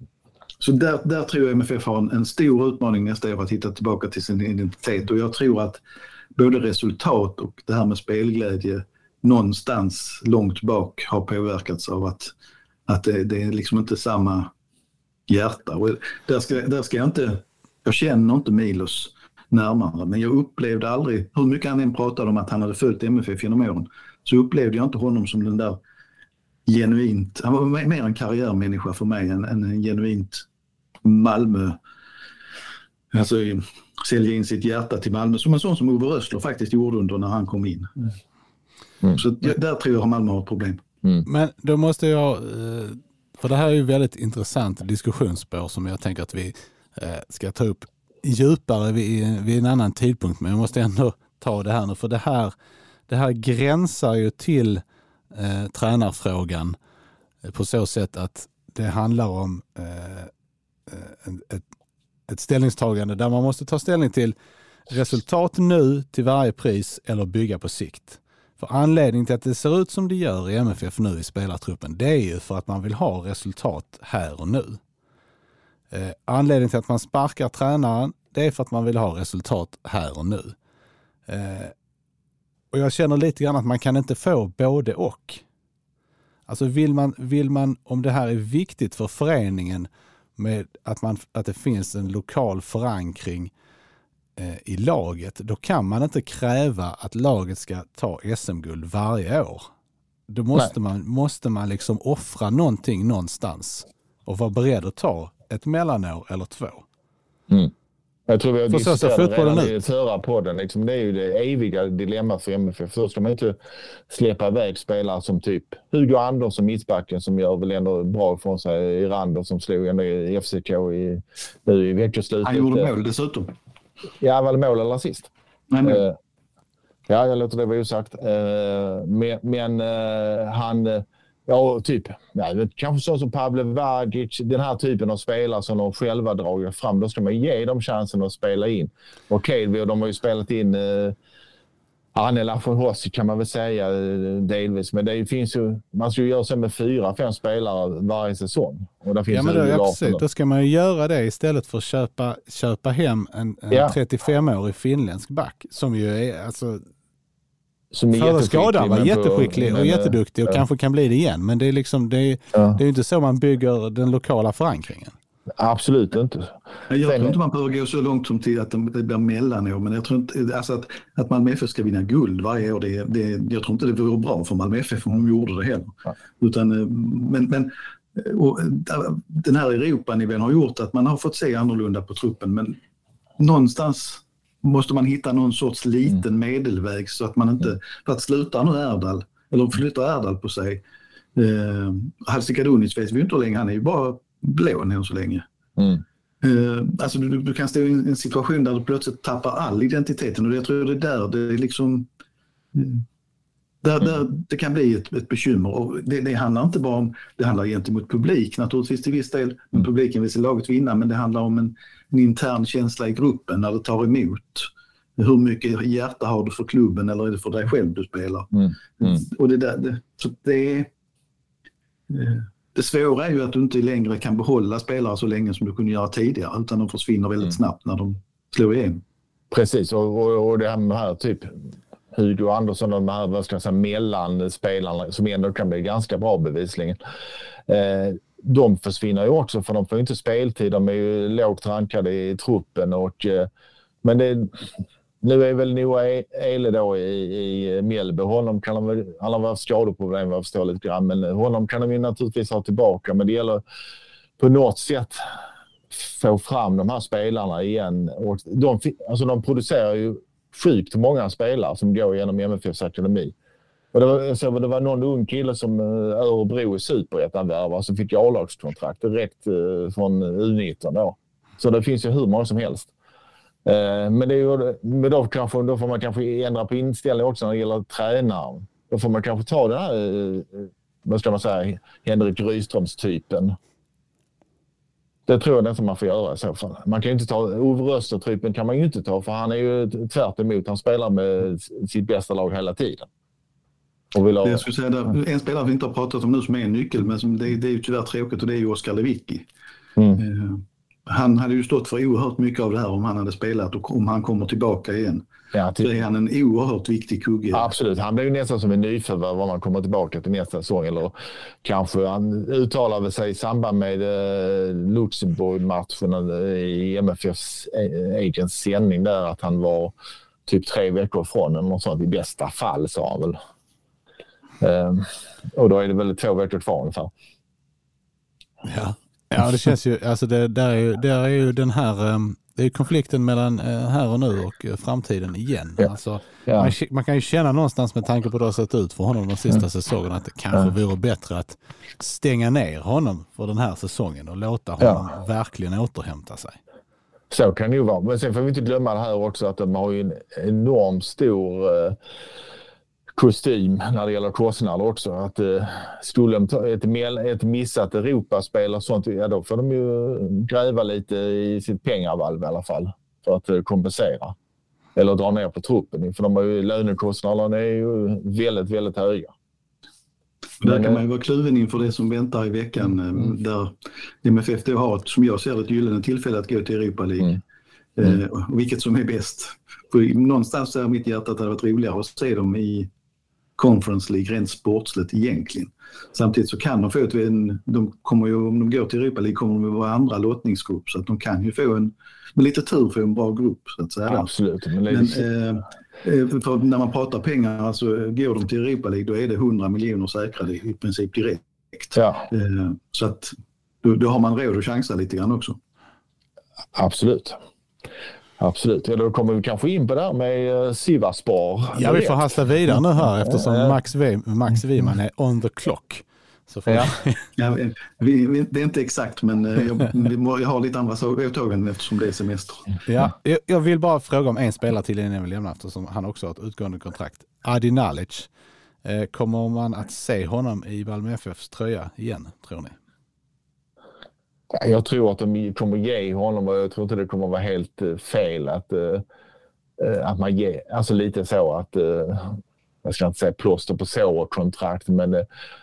så där, där tror jag M F F har en, en stor utmaning nästa år att hitta tillbaka till sin identitet. Och jag tror att både resultat och det här med spelglädje någonstans långt bak har påverkats av att, att det, det är liksom inte samma hjärta. Och där ska, där ska jag inte... Jag känner inte Milos närmare, men jag upplevde aldrig, hur mycket han än pratade om att han hade följt M F F genom åren, så upplevde jag inte honom som den där genuint, han var mer en karriärmänniska för mig än, än en genuint Malmö, alltså sälja in sitt hjärta till Malmö, som en sån som Ove Rössler faktiskt gjorde under när han kom in. Mm. Så där tror jag att Malmö har ett problem. Mm. Men då måste jag, för det här är ju väldigt intressant diskussionsspår som jag tänker att vi ska ta upp djupare vid, vid en annan tidpunkt, men jag måste ändå ta det här nu, för det här, det här gränsar ju till eh, tränarfrågan eh, på så sätt att det handlar om eh, ett, ett ställningstagande där man måste ta ställning till resultat nu till varje pris eller bygga på sikt. För anledningen till att det ser ut som det gör i M F F nu i spelartruppen, det är ju för att man vill ha resultat här och nu. Eh, anledningen till att man sparkar tränaren, det är för att man vill ha resultat här och nu. Eh, och jag känner lite grann att man kan inte få både och. Alltså vill man, vill man, om det här är viktigt för föreningen med att, man, att det finns en lokal förankring eh, i laget, då kan man inte kräva att laget ska ta S M-guld varje år. Då måste man, måste man liksom offra någonting någonstans och vara beredd att ta ett mellanår eller två. Mm. Jag tror vi har diskuterat redan ut. i förra podden. Liksom, det är ju det eviga dilemmat för M F F. Först ska man inte släppa iväg spelare som typ Hugo Andersson, mittbacken, som gör väl ändå bra från sig i Rander, som slog ändå i F C K i, nu i veckoslutet. Han gjorde mål dessutom. Ja, var det mål eller assist? Nej, nej. Uh, ja, jag låter det vara osagt. Uh, men men uh, han... Uh, Ja, typ. Ja, kanske så som Pavle Vagic, den här typen av spelare som de själva drar fram. Då ska man ge dem chansen att spela in. Okej, okay, de har ju spelat in eh, Anel Afon-Hossi kan man väl säga delvis. Men det finns ju, man ska ju göra så med fyra, fem spelare varje säsong. Och där finns ja, men då, ja, precis. Då ska man ju göra det istället för att köpa, köpa hem en, en ja. trettiofemårig finländsk back som ju är alltså... Före skadan var jätteskicklig och jätteduktig och ja. kanske kan bli det igen. Men det är liksom det är, ja. det är inte så man bygger den lokala förankringen. Absolut inte. Jag tror inte man behöver gå så långt som till att det blir mellanår. Men jag tror inte alltså att, att Malmö F F ska vinna guld varje år. Det, det, jag tror inte det vore bra för Malmö F F om de gjorde det heller. Ja. Utan, men, men och, den här Europanivån har gjort att man har fått se annorlunda på truppen. Men någonstans måste man hitta någon sorts liten mm. medelväg så att man inte, för att sluta nu Erdal, eller flytta Erdal på sig. Eh, Halsikadunic vet vi inte hur länge, han är ju bara blå än så länge. Mm. Eh, alltså du, du kan stå i en situation där du plötsligt tappar all identiteten och jag tror det är där det är liksom där, mm. där det kan bli ett, ett bekymmer och det, det handlar inte bara om, det handlar gentemot publik naturligtvis till viss del, men publiken vill se laget vinna, men det handlar om en en intern känsla i gruppen när det tar emot. Hur mycket hjärta har du för klubben eller är det för dig själv du spelar? Mm. Mm. Och det, där, det, så det, är, det svåra är ju att du inte längre kan behålla spelare så länge som du kunde göra tidigare utan de försvinner väldigt mm. snabbt när de slår igen. Precis, och, och, och det här med här typ Hugo Andersson och de här vad ska jag säga, mellanspelarna som ändå kan bli ganska bra bevisligen. Eh, de försvinner ju också för de får inte speltid. De är ju lågt rankade i truppen. Och, men det, nu är väl Noah Ehle då i, i Mjällby. Honom kan de väl, han har varit skadeproblem vad jag förstår lite grann. Men honom kan de ju naturligtvis ha tillbaka. Men det gäller på något sätt få fram de här spelarna igen. Och de, alltså de producerar ju sjukt många spelare som går genom M F F:s akademi. Och det, var, så det var någon ung kille som Örebro i Superettan värvar som fick A-lagskontrakt direkt eh, från U nitton då. Så det finns ju hur många som helst. Eh, men det är ju, men då, kanske, då får man kanske ändra på inställning också när det gäller tränaren. Då får man kanske ta den här, eh, vad ska man säga, Henrik Rydströms-typen. Det tror jag nästan man får göra i så fall. Man kan ju inte ta, Ove Röster-typen kan man ju inte ta för han är ju tvärt emot. Han spelar med sitt bästa lag hela tiden. Och vill ha... Jag skulle säga där, en spelare vi inte har pratat om nu som är en nyckel men som det, det är ju tyvärr tråkigt och det är ju Oskar Lewicki. Mm. Uh, han hade ju stått för oerhört mycket av det här om han hade spelat och om han kommer tillbaka igen. Ja, till... Så är han en oerhört viktig kugge. Absolut, han blir ju nästan som en nyförvärv om han kommer tillbaka till nästa säsong. Eller kanske han uttalade sig i samband med eh, Luxemburg-matchen i M F F:s agents sändning där att han var typ tre veckor från eller något sånt i bästa fall sa han väl. Um, och då är det väl två veckor kvar ungefär. Ja, ja det känns ju, alltså det, där, är ju, där är ju den här, um, det är konflikten mellan uh, här och nu och uh, framtiden igen. Ja. Alltså, ja. man, man kan ju känna någonstans med tanke på hur det har sett ut för honom de sista mm. säsongerna att det kanske ja. vore bättre att stänga ner honom för den här säsongen och låta honom ja. verkligen återhämta sig. Så kan det ju vara, men sen får vi inte glömma det här också att de har ju en enormt stor uh, kostym när det gäller kostnader också. Att eh, skulle de ta ett, ett missat Europaspel och sånt, ja då får de ju gräva lite i sitt pengavalv i alla fall för att eh, kompensera. Eller dra ner på truppen. För de har ju lönekostnaderna är ju väldigt, väldigt höga. Där Men, kan man ju vara kluven inför det som väntar i veckan mm. där M F F då har, som jag ser det, ett gyllene tillfälle att gå till Europa League. Mm. Mm. Eh, vilket som är bäst. För någonstans är mitt hjärta att det hade varit roligare att se dem i Conference League rent sportsligt egentligen. Samtidigt så kan de få ett, de kommer ju, om de går till Europa League kommer de att vara andra lottningsgrupp så att de kan ju få en, med lite tur få en bra grupp så att säga. Absolut. Men, men eh, för när man pratar pengar, alltså går de till Europa League då är det hundra miljoner säkrade i princip direkt. Ja. Eh, så att då, då har man råd att chansa lite grann också. Absolut. Absolut. Ja, då kommer vi kanske in på det här med uh, Sivasspor. Ja, vi får hasta vidare nu här eftersom Max, v, Max Wiman är on the clock. Så får ja. ja, vi, vi, det är inte exakt, men jag, vi må, jag har lite andra åtaganden eftersom det är semester. Ja, jag, jag vill bara fråga om en spelare till innan jag vill lämna eftersom han också har ett utgående kontrakt. Adi Nalic. Eh, kommer man att se honom i Malmö F F:s tröja igen, tror ni? Jag tror att de kommer ge honom, och jag tror inte det kommer vara helt fel att, uh, att man ger, alltså lite så att, uh, jag ska inte säga plåster på sår-kontrakt, men uh,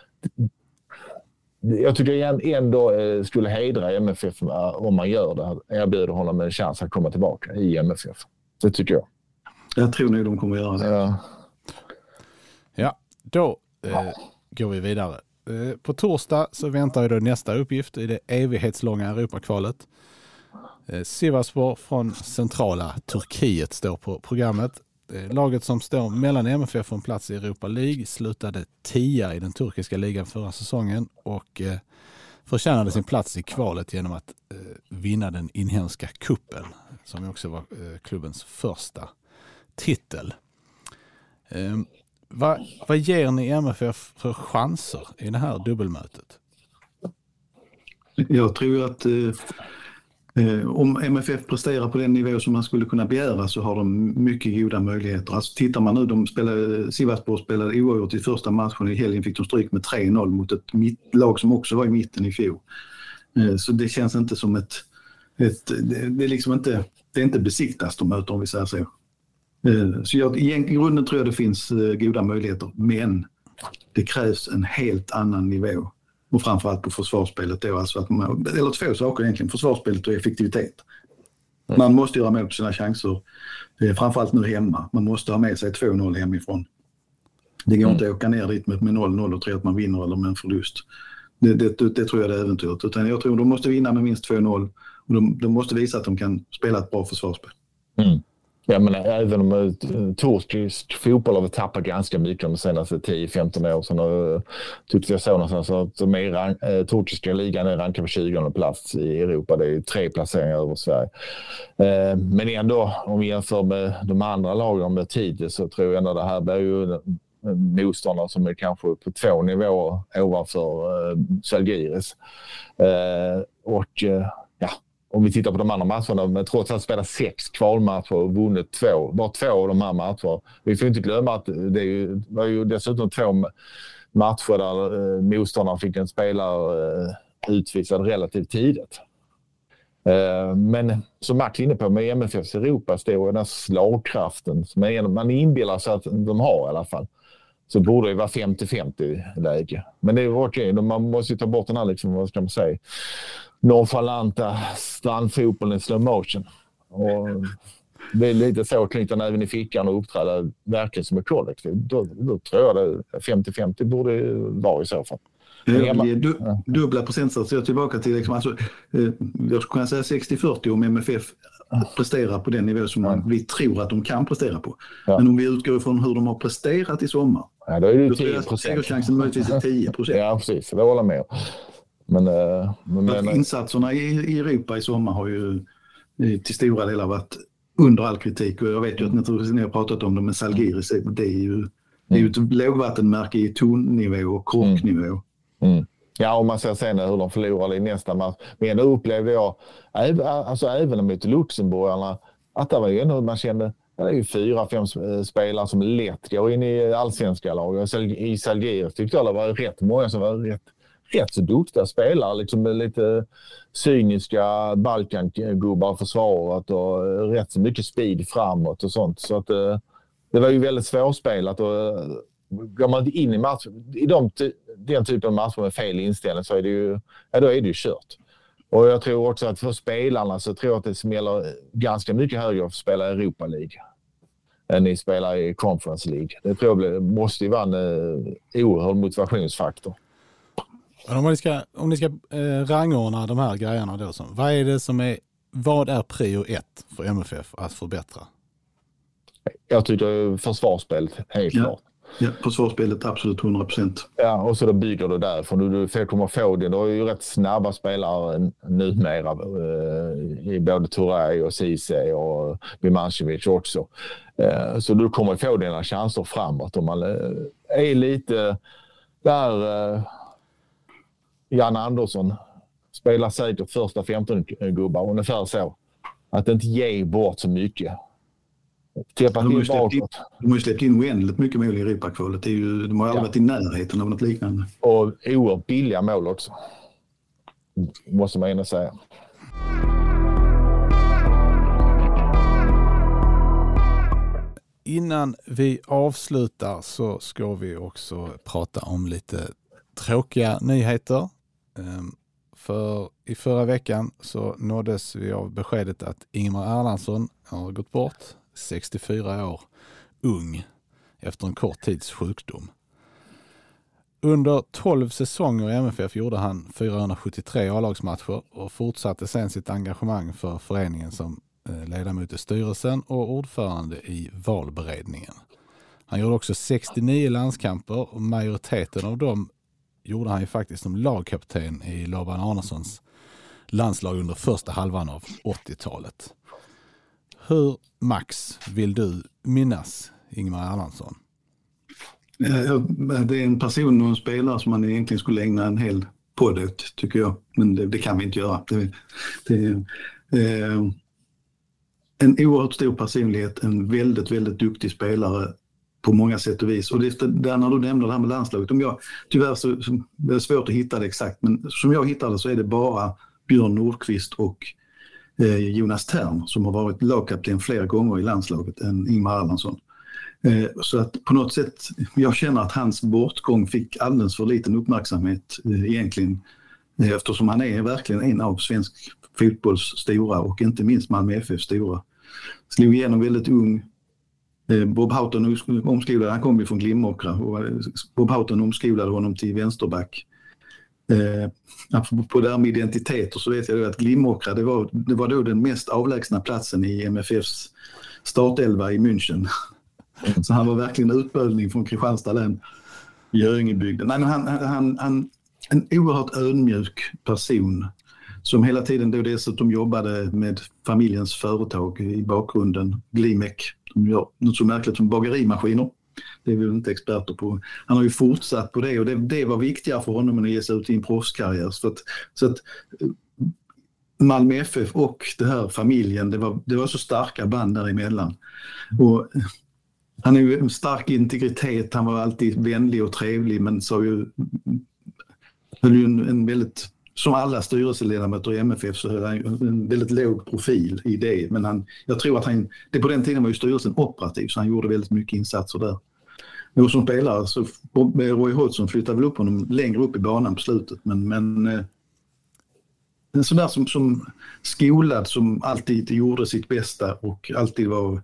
jag tycker ändå uh, skulle hedra M F F uh, om man gör det. Erbjuder honom en chans att komma tillbaka i M F F. Det tycker jag. Jag tror nog de kommer göra det. Ja, ja då uh, går vi vidare. På torsdag så väntar ju då nästa uppgift i det evighetslånga Europakvalet. Sivasspor från centrala Turkiet står på programmet. Laget som står mellan M F F och en plats i Europa League slutade tia i den turkiska ligan förra säsongen och förtjänade sin plats i kvalet genom att vinna den inhemska kuppen som också var klubbens första titel. Vad, vad ger ni M F F för chanser i det här dubbelmötet? Jag tror att eh, om M F F presterar på den nivå som man skulle kunna begära så har de mycket goda möjligheter. Alltså, tittar man nu, de spelade, Sivasspor spelade oavgjort i första matchen. I helgen fick de stryk med tre noll mot ett mitt, lag som också var i mitten i fjol. Eh, så det känns inte som ett... ett det, det, är liksom inte, det är inte besiktas de möter, om vi säger så. Så jag, i grunden tror jag det finns uh, goda möjligheter, men det krävs en helt annan nivå och framförallt på försvarsspelet då, alltså att man, eller två saker egentligen, försvarsspelet och effektivitet. Man måste göra mål på sina chanser, eh, framförallt nu hemma. Man måste ha med sig två noll hemifrån. Det går mm. inte att åka ner dit med, med noll noll och tro att man vinner eller med en förlust. Det, det, det, det tror jag är äventyret, utan jag tror de måste vinna med minst två noll och de, de måste visa att de kan spela ett bra försvarsspel. Mm. Ja, men även om turkisk fotboll har tappat ganska mycket de senaste tio femton år sedan, och tyckte jag så någonstans att de är, turkiska ligan är rankad på tjugonde plats i Europa. Det är tre placeringar över Sverige. Men ändå, om vi jämför med de andra lagen med tid, så tror jag ändå det här blir ju motståndare som är kanske på två nivåer ovanför Zalgiris. Och ja, om vi tittar på de andra matcherna, men trots att spela sex kvalmatcher och vunnit två, bara två av de här matcherna. Vi får inte glömma att det är ju, var ju dessutom två matcher där eh, motståndaren fick en spelare eh, utvisad relativt tidigt. Eh, men som Max är inne på med M F F:s Europa står den här slagkraften som är, man inbillar sig att de har i alla fall. Så borde det vara femtio femtio läge. Men det är okej, okay. Man måste ju ta bort den här, liksom, vad ska man säga, nonchalanta strandfotbollen i slow motion. Och det är lite så att knyta även i fickan och uppträda verkligen som ett kollektiv. Då, då tror jag det femtio femtio borde vara i så fall. Ja, du, dubbla procentsatser. Jag är tillbaka till liksom, alltså, eh, jag skulle kunna säga sextio fyrtio om M F F presterar på den nivå som man, vi tror att de kan prestera på. Ja. Men om vi utgår ifrån hur de har presterat i sommar, ja, då är det då tio procent. tror jag segerchansen möjligtvis är tio procent. Ja, precis. Det håller jag med. Men, äh, men, men insatserna i, i Europa i sommar har ju till stora delar varit under all kritik. Och jag vet ju att ni har pratat om det, men Zalgiris, det är ju, mm. det är ju ett lågvattenmärke i tonnivå och krocknivå. Mm. Mm. Ja, om man ser sen hur de förlorade i nästa match. Men då upplevde jag, alltså även mot Luxemburgarna, att det var ju ändå man kände, det är ju fyra, fem spelare som lätt går in i allsvenska lag. I Zalgiris tyckte jag det var rätt många som var rätt, rätt så duktiga spelare, liksom med lite cyniska Balkangubbar försvaret och rätt så mycket speed framåt och sånt. Så att det var ju väldigt svårspelat, och går man inte in i match, i de, den typen av matcher med fel inställning, så är det ju, ja, då är det ju kört. Och jag tror också att för spelarna så tror jag att det smäller ganska mycket högre att spela i Europa League än ni spelar i Conference League. Det tror jag måste ju vara en uh, oerhörd motivationsfaktor. Om ni ska, om ni ska eh, rangordna de här grejerna då, så, vad är det som är, vad är prio ett för M F F att förbättra? Jag tycker försvarsspelet helt ja. klart. Ja, försvarsspelet absolut hundra procent. Ja, och så då bygger du därifrån. Du, du kommer få det. Du har ju rätt snabba spelare numera eh, i både Touré och Cisse och Bimancevic också. Eh, så du kommer få dina chanser framåt om man eh, är lite där eh, Jan Andersson spelar säkert första femton gubbar ungefär så. Att inte ge bort så mycket. Täppa till bakåt. De har ju släppt in oändligt mycket mål i Europakvalet. Det är ju, de har aldrig ja. varit i närheten av något liknande. Och oerhört billiga mål också. Måste man ändå säga. Innan vi avslutar så ska vi också prata om lite tråkiga nyheter. För i förra veckan så nåddes vi av beskedet att Ingemar Erlandsson har gått bort, sextiofyra år, ung, efter en kort tids sjukdom. Under tolv säsonger i M F F gjorde han fyrahundrasjuttiotre A-lagsmatcher och fortsatte sen sitt engagemang för föreningen som ledamot i styrelsen och ordförande i valberedningen. Han gjorde också sextionio landskamper och majoriteten av dem gjorde han ju faktiskt som lagkapten i Laban Arnessons landslag under första halvan av åttiotalet. Hur, Max, vill du minnas Ingemar Erlandsson? Det är en person och en spelare som man egentligen skulle ägna en hel podd åt, tycker jag. Men det, det kan vi inte göra. Det, det är eh, en oerhört stor personlighet, en väldigt, väldigt duktig spelare på många sätt och vis. Och det är där när du nämnde det här med landslaget. Om jag, tyvärr så, så det är svårt att hitta det exakt, men som jag hittade så är det bara Björn Nordqvist och eh, Jonas Tern som har varit lagkapten flera gånger i landslaget än Ingemar Erlandsson. Eh, så att på något sätt, jag känner att hans bortgång fick alldeles för liten uppmärksamhet eh, egentligen, eh, eftersom han är verkligen en av svensk fotbolls stora och inte minst Malmö F F stora. Slog igenom väldigt ung. Bob Houghton omskolade, han kom ju från Glimåkra och Bob Houghton omskolade honom till vänsterback. Eh, på det här med identiteter så vet jag då att Glimåkra, det var, det var då den mest avlägsna platsen i M F Fs startelva i München. Så han var verkligen en utbildning från Kristianstad län i Göingebygden. Nej, men han, han, han, en oerhört ödmjuk person som hela tiden då dessutom jobbade med familjens företag i bakgrunden, Glimek. De gör något så märkligt som bagerimaskiner. Det är vi inte experter på. Han har ju fortsatt på det och det, det var viktigare för honom än att ge sig ut i en proffskarriär. Så att, så att Malmö F F och det här familjen, det var, det var så starka band däremellan. Och han är ju en stark integritet, han var alltid vänlig och trevlig men så ju, höll ju en, en väldigt... Som alla styrelseledamöter i M F F så höll han en väldigt låg profil i det. Men han, jag tror att han, det på den tiden var ju styrelsen operativ så han gjorde väldigt mycket insatser där. Och som spelare så Roy Hodgson flyttade väl upp honom längre upp i banan på slutet. Men, men en sån där som, som skolad som alltid gjorde sitt bästa och alltid var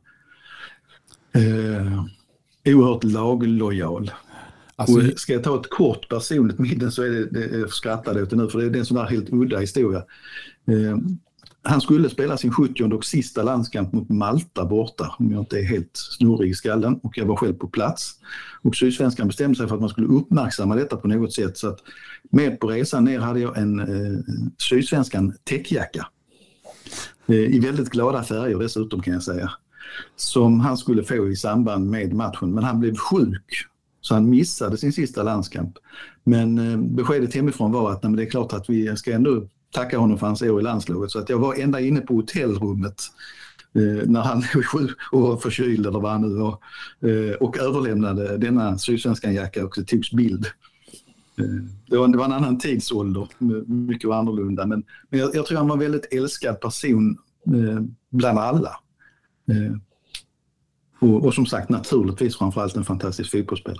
eh, oerhört laglojal. Alltså, och ska jag ta ett kort personligt minne så är det, det jag skrattade åt det nu för det är en sån där helt udda historia. Eh, han skulle spela sin sjuttionde och sista landskamp mot Malta borta om jag inte är helt snurrig i skallen och jag var själv på plats. Och Sydsvenskan bestämde sig för att man skulle uppmärksamma detta på något sätt så att med på resan ner hade jag en eh, Sydsvenskan täckjacka eh, i väldigt glada färger dessutom kan jag säga som han skulle få i samband med matchen men han blev sjuk. Så han missade sin sista landskamp. Men eh, beskedet hemifrån var att nej, men det är klart att vi ska ändå tacka honom för hans år i landslaget. Så att jag var ända inne på hotellrummet eh, när han var sjuk och var förkyld eller vad han nu var. Eh, och överlämnade denna Sydsvenskan jacka och det togs bild. Eh, det, var, det var en annan tidsålder. Mycket var annorlunda. Men, men jag, jag tror han var en väldigt älskad person eh, bland alla. Eh, och, och som sagt naturligtvis framförallt en fantastisk fotbollsspelare.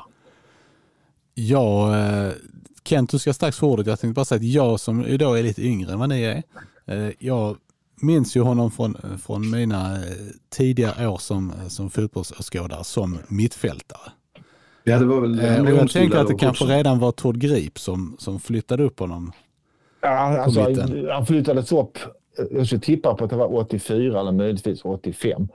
Ja, Kent, du ska strax få ordet. Jag tänkte bara säga att jag som idag är lite yngre än vad ni är, jag minns ju honom från, från mina tidiga år som, som fotbollsskådare som mittfältare. Ja, det var väl, och jag tänker att det kanske också redan var Todd Grip som, som flyttade upp honom. Ja, alltså, han flyttades upp, jag skulle tippa på att det var åttiofyra eller möjligtvis åttiofem.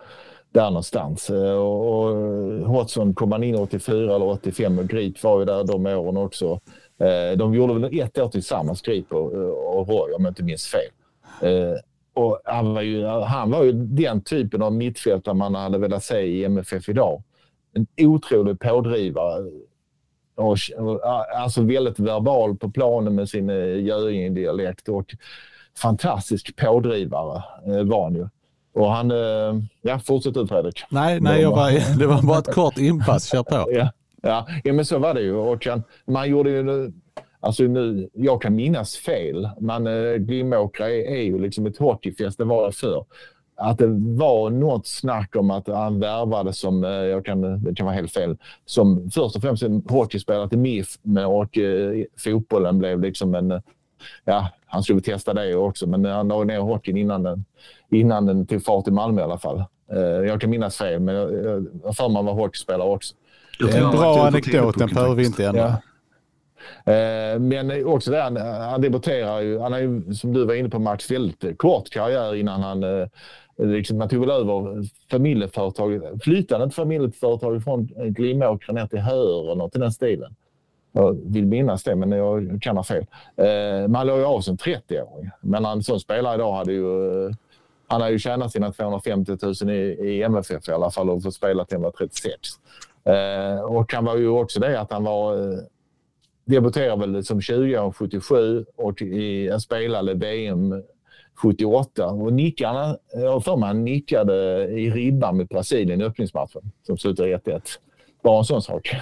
där någonstans. Och, och Hodgson kom man in åttiofyra eller åttiofem och Grip var ju där de åren också. De gjorde väl ett år tillsammans, Grip och, och Roy, om jag inte minns fel. Och han var ju, han var ju den typen av mittfältare man hade velat se i M F F idag. En otrolig pådrivare. Och, och, alltså väldigt verbal på planen med sin Göinge-dialekt och fantastisk pådrivare var han ju. Och han, ja, fortsätt ut Fredrik. Nej, nej jag var, det var bara ett kort inpass, kör på. Ja, ja, ja, men så var det ju. Och han, man gjorde ju, alltså nu, jag kan minnas fel, men äh, Glimåkra är, är ju liksom ett hockeyfest, det var det för. Att det var något snack om att han värvade som, jag kan, det kan vara helt fel, som först och främst en hockeyspelare till M I F, och eh, fotbollen blev liksom en, ja, han skulle testa det också, men han la ner hockeyn innan den, innan den tog fart i Malmö i alla fall. Eh, jag kan minnas fel, men jag, jag för man var hockeyspelare också. Det är en bra anekdot, den behöver vi inte ändra. Ja. Eh, men också där, han, han debuterar ju, han har ju, som du var inne på Max, väldigt kort karriär innan han eh, liksom, man tog väl över familjeföretaget, flyttade ett familjeföretag från Glimåkra ner till Höör och något i den stilen. Jag vill minnas det, men jag kan ha fel. Eh, man låg ju av som trettio-åring, men han som spelare idag hade ju, han har ju tjänat sina tvåhundrafemtio tusen i, i M F F i alla fall och fått spela till han var trettiosex. Eh, och han var ju också det att han var, debuterade väl som tjugo sjuttiosju och i, han spelade V M sjuttioåtta och nickarna, jag för man nickade i ribban med Brasilien i öppningsmatchen som slutade ett ett. Bara en sån sak.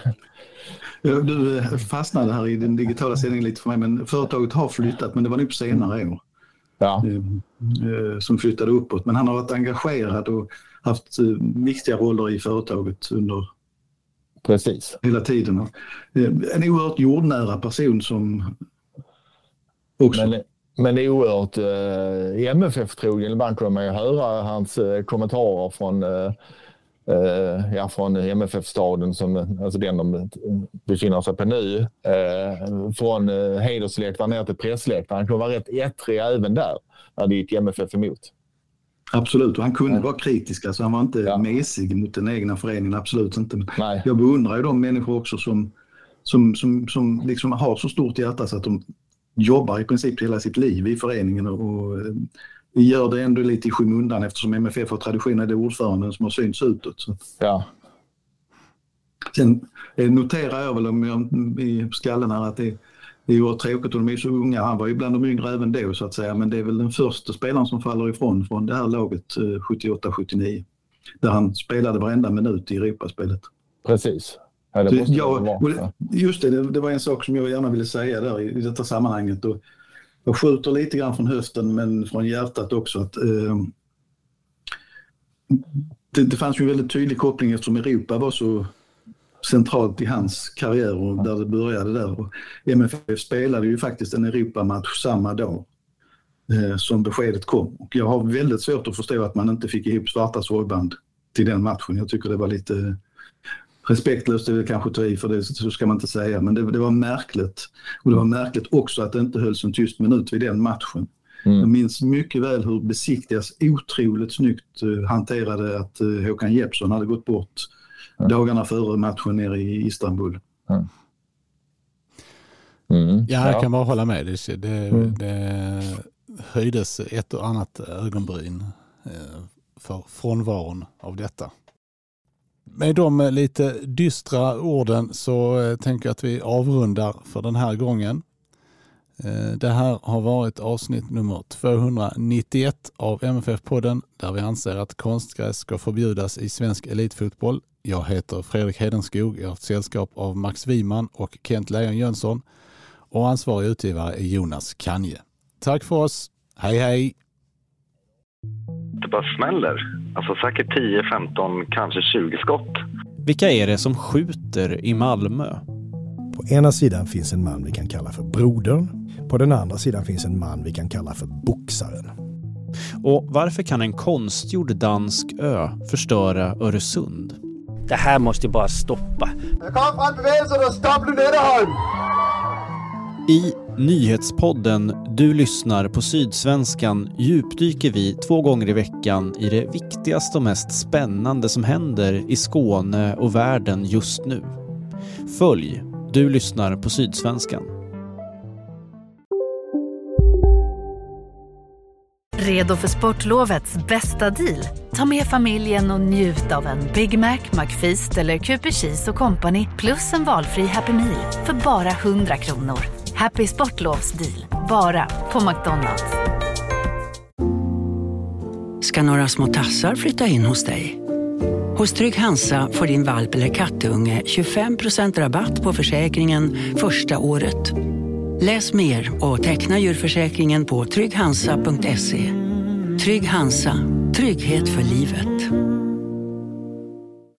Du fastnade här i den digitala sändningen lite för mig, men företaget har flyttat, men det var nu på senare år. Ja. Som flyttade uppåt, men han har varit engagerad och haft viktiga roller i företaget under Precis. hela tiden. En oerhört jordnära person som också... Men, men det är oerhört eh, i M F F-trogen, ibland kommer man ju höra hans eh, kommentarer från eh, Uh, ja, från M F F-staden som alltså den de befinner sig på nu. Uh, från uh, hedersläktaren ner till pressläktaren. Han kunde vara rätt ettrig även där när det gick M F F emot. Absolut, och han kunde ja. vara kritisk. Alltså han var inte ja. mesig mot den egna föreningen, absolut inte. Men Nej. Jag beundrar ju de människor också som, som, som, som liksom har så stort hjärta så att de jobbar i princip hela sitt liv i föreningen och, och vi gör det ändå lite i skymundan eftersom M F F har traditionen, det är ordföranden som har synts utåt. Så. Ja. Sen noterar jag väl om jag, i skallen här att det, det är ju tråkigt och de är så unga. Han var ju bland de yngre även då så att säga, men det är väl den första spelaren som faller ifrån från det här laget sjuttioåtta sjuttionio. Där han spelade varenda minut i Europaspelet. Precis. Ja, det måste jag, vara. Just det, det, det var en sak som jag gärna ville säga där i, i detta sammanhanget. Och jag skjuter lite grann från höften men från hjärtat också att eh, det, det fanns ju en väldigt tydlig koppling eftersom Europa var så centralt i hans karriär och där det började där. Och M F F spelade ju faktiskt en Europamatch samma dag eh, som beskedet kom. Och jag har väldigt svårt att förstå att man inte fick ihop svarta sorgband till den matchen. Jag tycker det var lite respektlöst, det är kanske ta i för det, så ska man inte säga, men det, det var märkligt. Och det var märkligt också att det inte hölls en tyst minut vid den matchen. Mm. Jag minns mycket väl hur Besiktigas otroligt snyggt uh, hanterade att uh, Håkan Jeppsson hade gått bort mm. dagarna före matchen nere i Istanbul. Mm. Mm. Ja, jag kan bara hålla med. Det, det, mm. det höjdes ett och annat ögonbryn uh, för frånvaron av detta. Med de lite dystra orden så tänker jag att vi avrundar för den här gången. Det här har varit avsnitt nummer tvåhundranittioett av M F F-podden där vi anser att konstgräs ska förbjudas i svensk elitfotboll. Jag heter Fredrik Hedenskog, jag har haft sällskap av Max Wiman och Kent Lejon Jönsson och ansvarig utgivare är Jonas Kanje. Tack för oss, hej hej! Det bara smäller. Alltså säkert tio, femton, kanske tjugo skott. Vilka är det som skjuter i Malmö? På ena sidan finns en man vi kan kalla för brodern. På den andra sidan finns en man vi kan kalla för boxaren. Och varför kan en konstgjord dansk ö förstöra Öresund? Det här måste bara stoppa. Jag kommer från bevägelsen och stopp nu Nederholm! I nyhetspodden Du lyssnar på Sydsvenskan djupdyker vi två gånger i veckan i det viktigaste och mest spännande som händer i Skåne och världen just nu. Följ Du lyssnar på Sydsvenskan. Redo för sportlovets bästa deal? Ta med familjen och njut av en Big Mac, McFeast eller Cooper Cheese och Company plus en valfri Happy Meal för bara hundra kronor. Happy Sportlovs deal, bara på McDonalds. Ska några små tassar flytta in hos dig? Hos Trygg Hansa får din valp eller kattunge tjugofem procent rabatt på försäkringen första året. Läs mer och teckna djurförsäkringen på trygg hansa punkt se. Trygg Hansa, trygghet för livet.